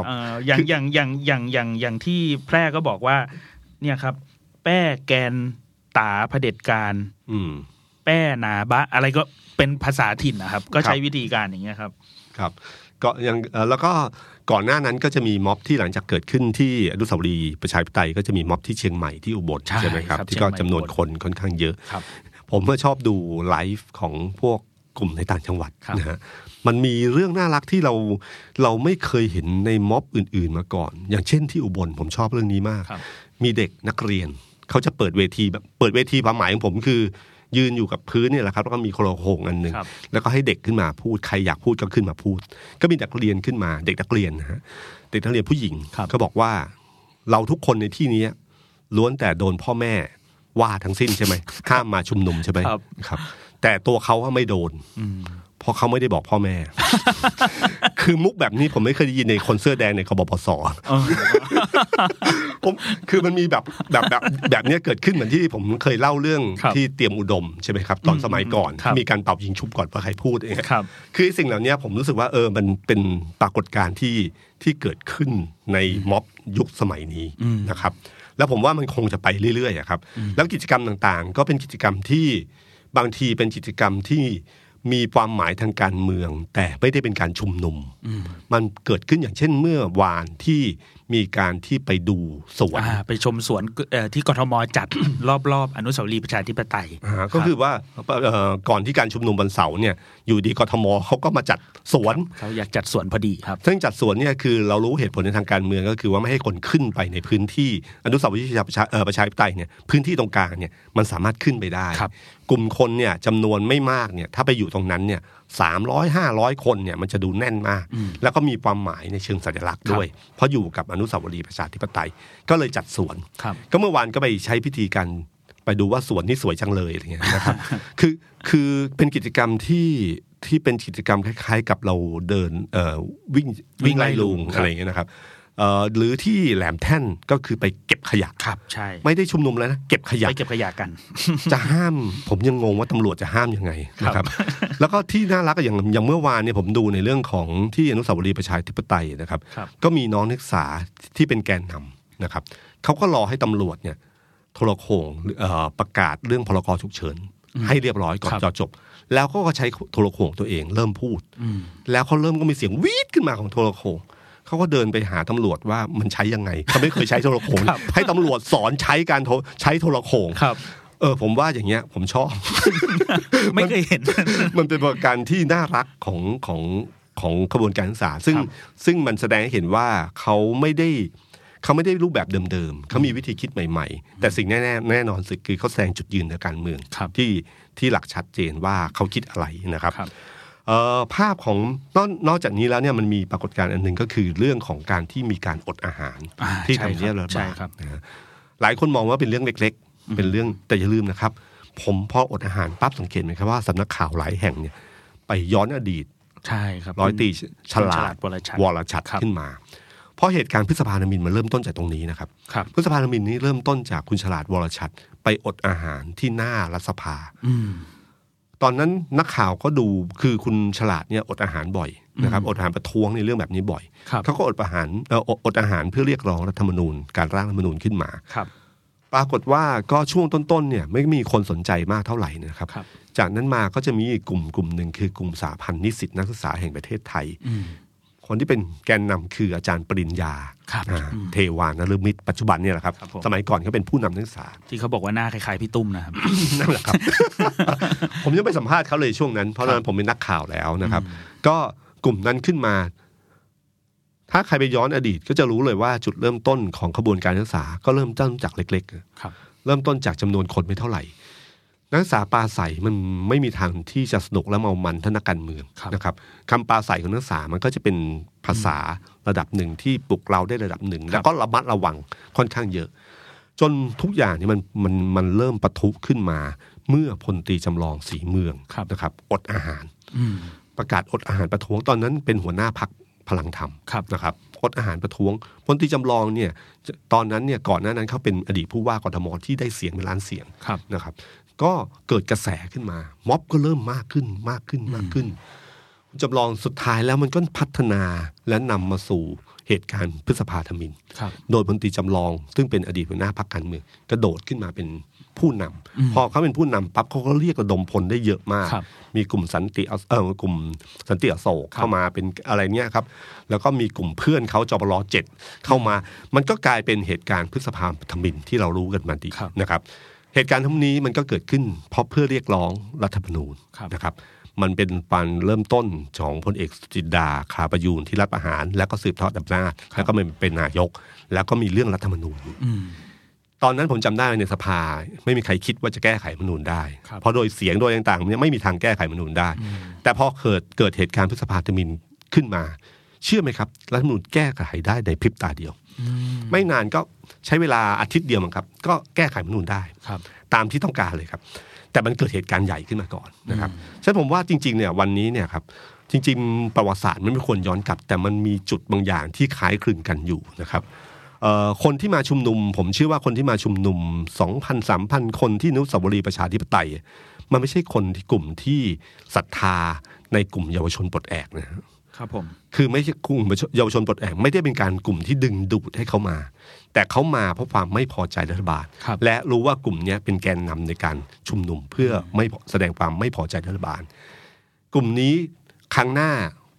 อย่างที่แพร่ก็บอกว่าเนี่ยครับแป้แกนตาเผด็จการแป้นาบะอะไรก็เป็นภาษาถิ่นนะครับก็ใช้วิธีการอย่างเงี้ยครับครับก็ยังแล้วก็ก่อนหน้านั้นก็จะมีม็อบที่หลังจากเกิดขึ้นที่อนุสาวรีย์ประชาธิปไตยก็จะมีม็อบที่เชียงใหม่ที่อุบลใช่ไหมครับที่ก็จำนวนคนค่อนข้างเยอะผมก็ชอบดูไลฟ์ของพวกกลุ่มในต่างจังหวัดนะฮะมันมีเรื่องน่ารักที่เราไม่เคยเห็นในม็อบอื่นๆมาก่อนอย่างเช่นที่อุบลผมชอบเรื่องนี้มากมีเด็กนักเรียนเขาจะเปิดเวทีความหมายของผมคือยืนอยู่กับพื้นเนี่ยแหละครับแล้วก็มีโครโขงอันนึงแล้วก็ให้เด็กขึ้นมาพูดใครอยากพูดก็ขึ้นมาพูดก็มีนักเรียนขึ้นมาเด็กนักเรียนนะฮะเด็กนักเรียนผู้หญิงก็บอกว่าเราทุกคนในที่นี้ล้วนแต่โดนพ่อแม่ว่าทั้งสิ้นใช่ไหมห้ามมาชุมนุมใช่ไหมครับแต่ตัวเขาไม่โดนเพราะเขาไม่ได้บอกพ่อแม่ คือมุกแบบนี้ผมไม่เคยได้ยินในคนเสื้อแดงในกบพศผมคือมันมีแบบนี้เกิดขึ้นเหมือนที่ผมเคยเล่าเรื่องที่เตรียมอุดมใช่ไหมครับตอนสมัยก่อนมีการเป่ายิงชุบก่อนว่าใครพูดเองคือสิ่งเหล่านี้ผมรู้สึกว่ามันเป็นปรากฏการณ์ที่เกิดขึ้นในม็อบยุคสมัยนี้นะครับแล้วผมว่ามันคงจะไปเรื่อยๆครับแล้วกิจกรรมต่างๆก็เป็นกิจกรรมที่บางทีเป็นกิจกรรมที่มีความหมายทางการเมืองแต่ไม่ได้เป็นการชุมนุมมันเกิดขึ้นอย่างเช่นเมื่อวานที่มีการที่ไปดูสวนไปชมสวนที่กทมจัด รอบๆอนุสาวรีย์ประชาธิปไตยก็คือว่าก่อนที่การชุมนุมวันเสาร์เนี่ยอยู่ดีกทมเขาก็มาจัดสวนเขาอยากจัดสวนพอดีครับซึ่งจัดสวนเนี่ยคือเรารู้เหตุผลในทางการเมืองก็คือว่าไม่ให้คนขึ้นไปในพื้นที่อนุสาวรีย์ประชาธิปไตยเนี่ยพื้นที่ตรงกลางเนี่ยมันสามารถขึ้นไปได้กลุ่มคนเนี่ยจำนวนไม่มากเนี่ยถ้าไปอยู่ตรงนั้นเนี่ย300-500 คนเนี่ยมันจะดูแน่นมากแล้วก็มีความหมายในเชิงสัญลักษณ์ด้วยเพราะอยู่กับอนุสาวรีย์ประชาธิปไตยก็เลยจัดสวนก็เมื่อวานก็ไปใช้พิธีการไปดูว่าสวนนี่สวยจังเลยอะไรเงี้ยนะครับคือเป็นกิจกรรมที่เป็นกิจกรรมคล้ายๆกับเราเดินวิ่งไล่ลุงอะไรอย่างเงี้ยนะครับหรือที่แหลมแท่นก็คือไปเก็บขยะครับใช่ไม่ได้ชุมนุมแล้วนะเก็บขยะไปเก็บขยะกันจะห้ามผมยังงงว่าตำรวจจะห้ามยังไงนะครับแล้วก็ที่น่ารักอย่างเมื่อวานเนี่ยผมดูในเรื่องของที่อนุสาวรีย์ประชาธิปไตยนะครับก็มีน้องนักศึกษาที่เป็นแกนนำนะครับเขาก็รอให้ตำรวจเนี่ยโทรโข่งประกาศเรื่องพรกฉุกเฉินให้เรียบร้อยก่อนจบแล้วก็ใช้โทรโข่งตัวเองเริ่มพูดแล้วเขาเริ่มก็มีเสียงวีดขึ้นมาของโทรโข่งเขาก็เดินไปหาตำรวจว่ามันใช้ยังไงเขาไม่เคยใช้โทรโข่งให้ตำรวจสอนใช้การใช้โทรโข่งผมว่าอย่างเงี้ยผมชอบไม่เคยเห็นมันเป็นประการที่น่ารักของขบวนการศึกษาซึ่งมันแสดงให้เห็นว่าเขาไม่ได้รูปแบบเดิมๆเขามีวิธีคิดใหม่ๆแต่สิ่งแน่นอนสุดคือเขาแสดงจุดยืนทางการเมืองที่หลักชัดเจนว่าเขาคิดอะไรนะครับภาพของนอกจากนี้แล้วเนี่ยมันมีปรากฏการณ์อันหนึ่งก็คือเรื่องของการที่มีการอดอาหารที่ไทยเนี่ยระบาดหลายคนมองว่าเป็นเรื่องเล็กๆเป็นเรื่องแต่อย่าลืมนะครับผมพออดอาหารปั๊บสังเกตไหมครับว่าสำนักข่าวหลายแห่งเนี่ยไปย้อนอดีตใช่ครับร้อยตรีฉลาดวรชัดขึ้นมาเพราะเหตุการณ์พฤษภาธมิฬมันเริ่มต้นจากตรงนี้นะครับพฤษภาธมิฬนี้เริ่มต้นจากคุณฉลาดวรชัดไปอดอาหารที่หน้ารัฐสภาตอนนั้นนักข่าวก็ดูคือคุณฉลาดเนี่ยอดอาหารบ่อยนะครับอดอาหารประท้วงในเรื่องแบบนี้บ่อยเขาก็อดอาหารเพื่อเรียกร้องรัฐธรรมนูญการร่างรัฐธรรมนูญขึ้นมาปรากฏว่าก็ช่วงต้นๆเนี่ยไม่มีคนสนใจมากเท่าไหร่นะครับจากนั้นมาก็จะมีกลุ่มหนึ่งคือกลุ่มสหพันธ์นิสิตนักศึกษาแห่งประเทศไทยคนที่เป็นแกนนำคืออาจารย์ปริญญาเทวานฤมิตปัจจุบันเนี่ยแหละครับสมัยก่อนเขาเป็นผู้นำนักศึกษาที่เขาบอกว่าหน้าคล้ายๆพี่ตุ้มนะครับนั่นแหละครับ ผมยังไปสัมภาษณ์เขาเลยช่วงนั้นเพราะตอนนั้นผมเป็นนักข่าวแล้วนะครับก็กลุ่มนั้นขึ้นมาถ้าใครไปย้อนอดีตก็จะรู้เลยว่าจุดเริ่มต้นของขบวนการศึกษาก็เริ่มต้นจากเล็กๆเริ่มต้นจากจำนวนคนไม่เท่าไหร่นักศึกษาปราศัยมันไม่มีทางที่จะสนุกและเมามันท่านักการเมืองนะครับคำปราศัยของนักศึกษามันก็จะเป็นภาษาระดับหนึ่งที่ปลุกเราได้ระดับหนึ่งแล้วก็ระมัดระวังค่อนข้างเยอะจนทุกอย่างนี่มันเริ่มปะทุขึ้นมาเมื่อพลตรีจำลองศรีเมืองนะครับอดอาหารประกาศอดอาหารประท้วงตอนนั้นเป็นหัวหน้าพรรคพลังธรรมนะครับอดอาหารประท้วงพลตรีจำลองเนี่ยตอนนั้นเนี่ยก่อนหน้านั้นเขาเป็นอดีตผู้ว่ากทมที่ได้เสียงเป็นล้านเสียงนะครับก็เกิดกระแสขึ้นมาม็อบก็เริ่มมากขึ้นจำลองสุดท้ายแล้วมันก็พัฒนาและนำมาสู่เหตุการณ์พฤษภาธมิฬโดยพลตรีจำลองซึ่งเป็นอดีตหัวหน้าพรรคการเมืองกระโดดขึ้นมาเป็นผู้นำพอเขาเป็นผู้นำปั๊บเขาก็เรียกระดมพลได้เยอะมากมีกลุ่มสันติกลุ่มสันติอโศกเข้ามาเป็นอะไรเนี้ยครับแล้วก็มีกลุ่มเพื่อนเขาจปร7เข้ามามันก็กลายเป็นเหตุการณ์พฤษภาธมิฬที่เรารู้กันมาดีนะครับเหตุการณ์ทั้งนี้มันก็เกิดขึ้นเพราะเพื่อเรียกร้องรัฐธรรมนูญนะครับมันเป็นการเริ่มต้นของพลเอกสุจินดาคาประยูรที่รัฐประหารแล้วก็สืบทอดอำนาจแล้วก็เป็นนายกแล้วก็มีเรื่องรัฐธรรมนูญตอนนั้นผมจำได้ในสภาไม่มีใครคิดว่าจะแก้ไขรัฐธรรมนูญได้เพราะโดยเสียงโดยต่างๆเนี่ยไม่มีทางแก้ไขรัฐธรรมนูญได้แต่พอเกิดเหตุการณ์พฤษภาธมิฬขึ้นมาเชื่อไหมครับรัฐธรรมนูญแก้ไขได้ในพริบตาเดียวไม่นานก็ใช้เวลาอาทิตย์เดียวมั้งครับก็แก้ไขรัฐธรรมนูญได้ตามที่ต้องการเลยครับแต่มันเกิดเหตุการณ์ใหญ่ขึ้นมาก่อนนะครับฉะนั้นผมว่าจริงๆเนี่ยวันนี้เนี่ยครับจริงๆประวัติศาสตร์มันไม่ควรย้อนกลับแต่มันมีจุดบางอย่างที่คล้ายคลึงกันอยู่นะครับคนที่มาชุมนุมผมเชื่อว่าคนที่มาชุมนุม 2,000-3,000 คนที่อนุสาวรีย์ประชาธิปไตยมันไม่ใช่คนที่กลุ่มที่ศรัทธาในกลุ่มเยาวชนปลดแอกนะครับผมคือไม่ใช่กลุ่มเยาวชนปลดแอกไม่ได้เป็นการกลุ่มที่ดึงดูดให้เขามาแต่เขามาเพราะความไม่พอใจรัฐบาลและรู้ว่ากลุ่มนี้เป็นแกนนำในการชุมนุมเพื่อไม่แสดงความไม่พอใจรัฐบาลกลุ่มนี้ครั้งหน้าผ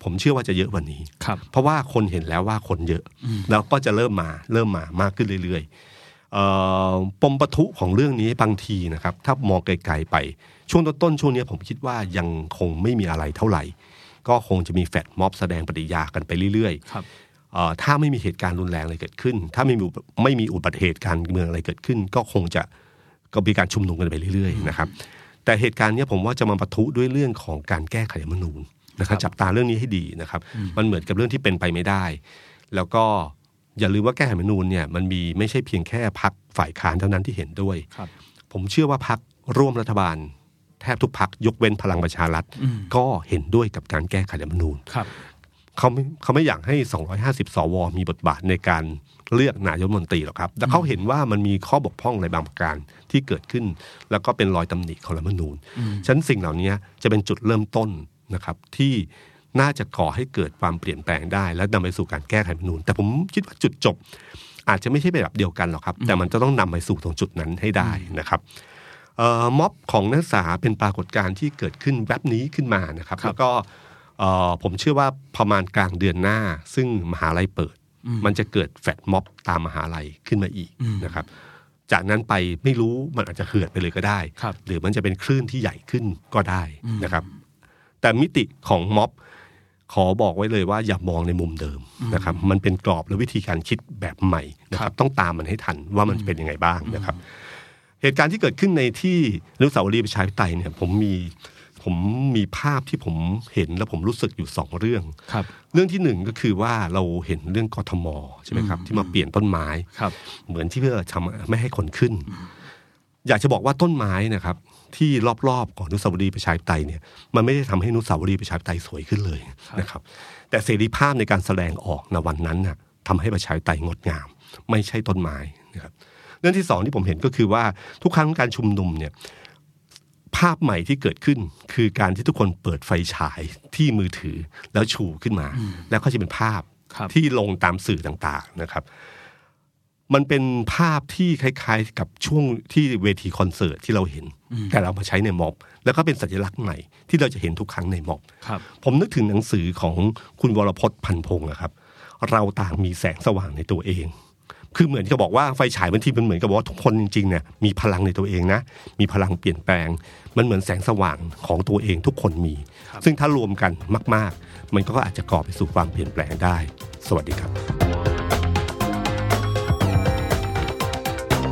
ผมเชื่อว่าจะเยอะกว่านี้เพราะว่าคนเห็นแล้วว่าคนเยอะแล้วก็จะเริ่มมามากขึ้นเรื่อยๆปมปะทุของเรื่องนี้บางทีนะครับถ้ามองไกลๆไปช่วงต้นๆช่วงนี้ผมคิดว่ายังคงไม่มีอะไรเท่าไหร่ก็คงจะมีแฟลชม็อบแสดงปฏิกิริยากันไปเรื่อยๆถ้าไม่มีเหตุการณ์รุนแรงอะไรเกิดขึ้นถ้าไม่มีอุบัติเหตุการเมืองอะไรเกิดขึ้นก็คงจะก็มีการชุมนุมกันไปเรื่อยๆนะครับแต่เหตุการณ์นี้ผมว่าจะมาปะทุด้วยเรื่องของการแก้ไขรัฐธรรมนูญนะครับจับตาเรื่องนี้ให้ดีนะครับมันเหมือนกับเรื่องที่เป็นไปไม่ได้แล้วก็อย่าลืมว่าแก้ไขรัฐธรรมนูญเนี่ยมันมีไม่ใช่เพียงแค่พรรคฝ่ายค้านเท่านั้นที่เห็นด้วยผมเชื่อว่าพรรคร่วมรัฐบาลแทบทุกพรรคยกเว้นพลังประชารัฐก็เห็นด้วยกับการแก้ไขรัฐธรรมนูญเขาไม่อยากให้250สวมีบทบาทในการเลือกนายกรัฐมนตรีหรอกครับแต่เขาเห็นว่ามันมีข้อบกพร่องอะไรบางประการที่เกิดขึ้นแล้วก็เป็นรอยตำหนิของรัฐธรรมนูญฉะนั้นสิ่งเหล่านี้จะเป็นจุดเริ่มต้นนะครับที่น่าจะก่อให้เกิดความเปลี่ยนแปลงได้และนำไปสู่การแก้ไขรัฐธรรมนูญแต่ผมคิดว่าจุดจบอาจจะไม่ใช่แบบเดียวกันหรอกครับแต่มันจะต้องนำไปสู่ตรงจุดนั้นให้ได้นะครับม็อบของนักศึกษาเป็นปรากฏการณ์ที่เกิดขึ้นแวบนี้ขึ้นมานะครับแล้วก็ผมเชื่อว่าประมาณกลางเดือนหน้าซึ่งมหาลัยเปิดมันจะเกิดแฟลชม็อบตามมหาลัยขึ้นมาอีกนะครับจากนั้นไปไม่รู้มันอาจจะเหือดไปเลยก็ได้หรือมันจะเป็นคลื่นที่ใหญ่ขึ้นก็ได้นะครับแต่มิติของม็อบขอบอกไว้เลยว่าอย่ามองในมุมเดิมนะครับมันเป็นกรอบและวิธีการคิดแบบใหม่นะครับต้องตามมันให้ทันว่ามันเป็นยังไงบ้างนะครับเหตุการณ์ที่เกิดขึ้นในที่อนุสาวรีย์ประชาธิปไตยเนี่ยผมมีภาพที่ผมเห็นและผมรู้สึกอยู่2เรื่องเรื่องที่1ก็คือว่าเราเห็นเรื่องกทมใช่ไหมครับที่มาเปลี่ยนต้นไม้เหมือนที่เพื่อทำไม่ให้คนขึ้นอยากจะบอกว่าต้นไม้นะครับที่รอบๆของอนุสาวรีย์ประชาธิปไตยเนี่ยมันไม่ได้ทำให้อนุสาวรีย์ประชาธิปไตยสวยขึ้นเลยนะครับแต่เสรีภาพในการแสดงออกในวันนั้นน่ะทำให้ประชาธิปไตยงดงามไม่ใช่ต้นไม้นะครับเรื่องที่2ที่ผมเห็นก็คือว่าทุกครั้งการชุมนุมเนี่ยภาพใหม่ที่เกิดขึ้นคือการที่ทุกคนเปิดไฟฉายที่มือถือแล้วชูขึ้นมาแล้วก็จะเป็นภาพที่ลงตามสื่อต่างๆนะครับมันเป็นภาพที่คล้ายๆกับช่วงที่เวทีคอนเสิร์ตที่เราเห็นแต่เรามาใช้ในม็อบแล้วก็เป็นสัญลักษณ์ใหม่ที่เราจะเห็นทุกครั้งในม็อบผมนึกถึงหนังสือของคุณวรพจน์พันพงศ์นะครับเราต่างมีแสงสว่างในตัวเองคือเหมือนที่เขาบอกว่าไฟฉายบางทีมันเหมือนกับว่าทุกคนจริงๆเนี่ยมีพลังในตัวเองนะมีพลังเปลี่ยนแปลงมันเหมือนแสงสว่างของตัวเองทุกคนมีซึ่งถ้ารวมกันมากๆมันก็อาจจะก่อไปสู่ความเปลี่ยนแปลงได้สวัสดีครับ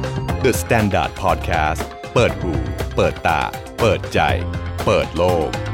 The Standard Podcast เปิดหูเปิดตาเปิดใจเปิดโลก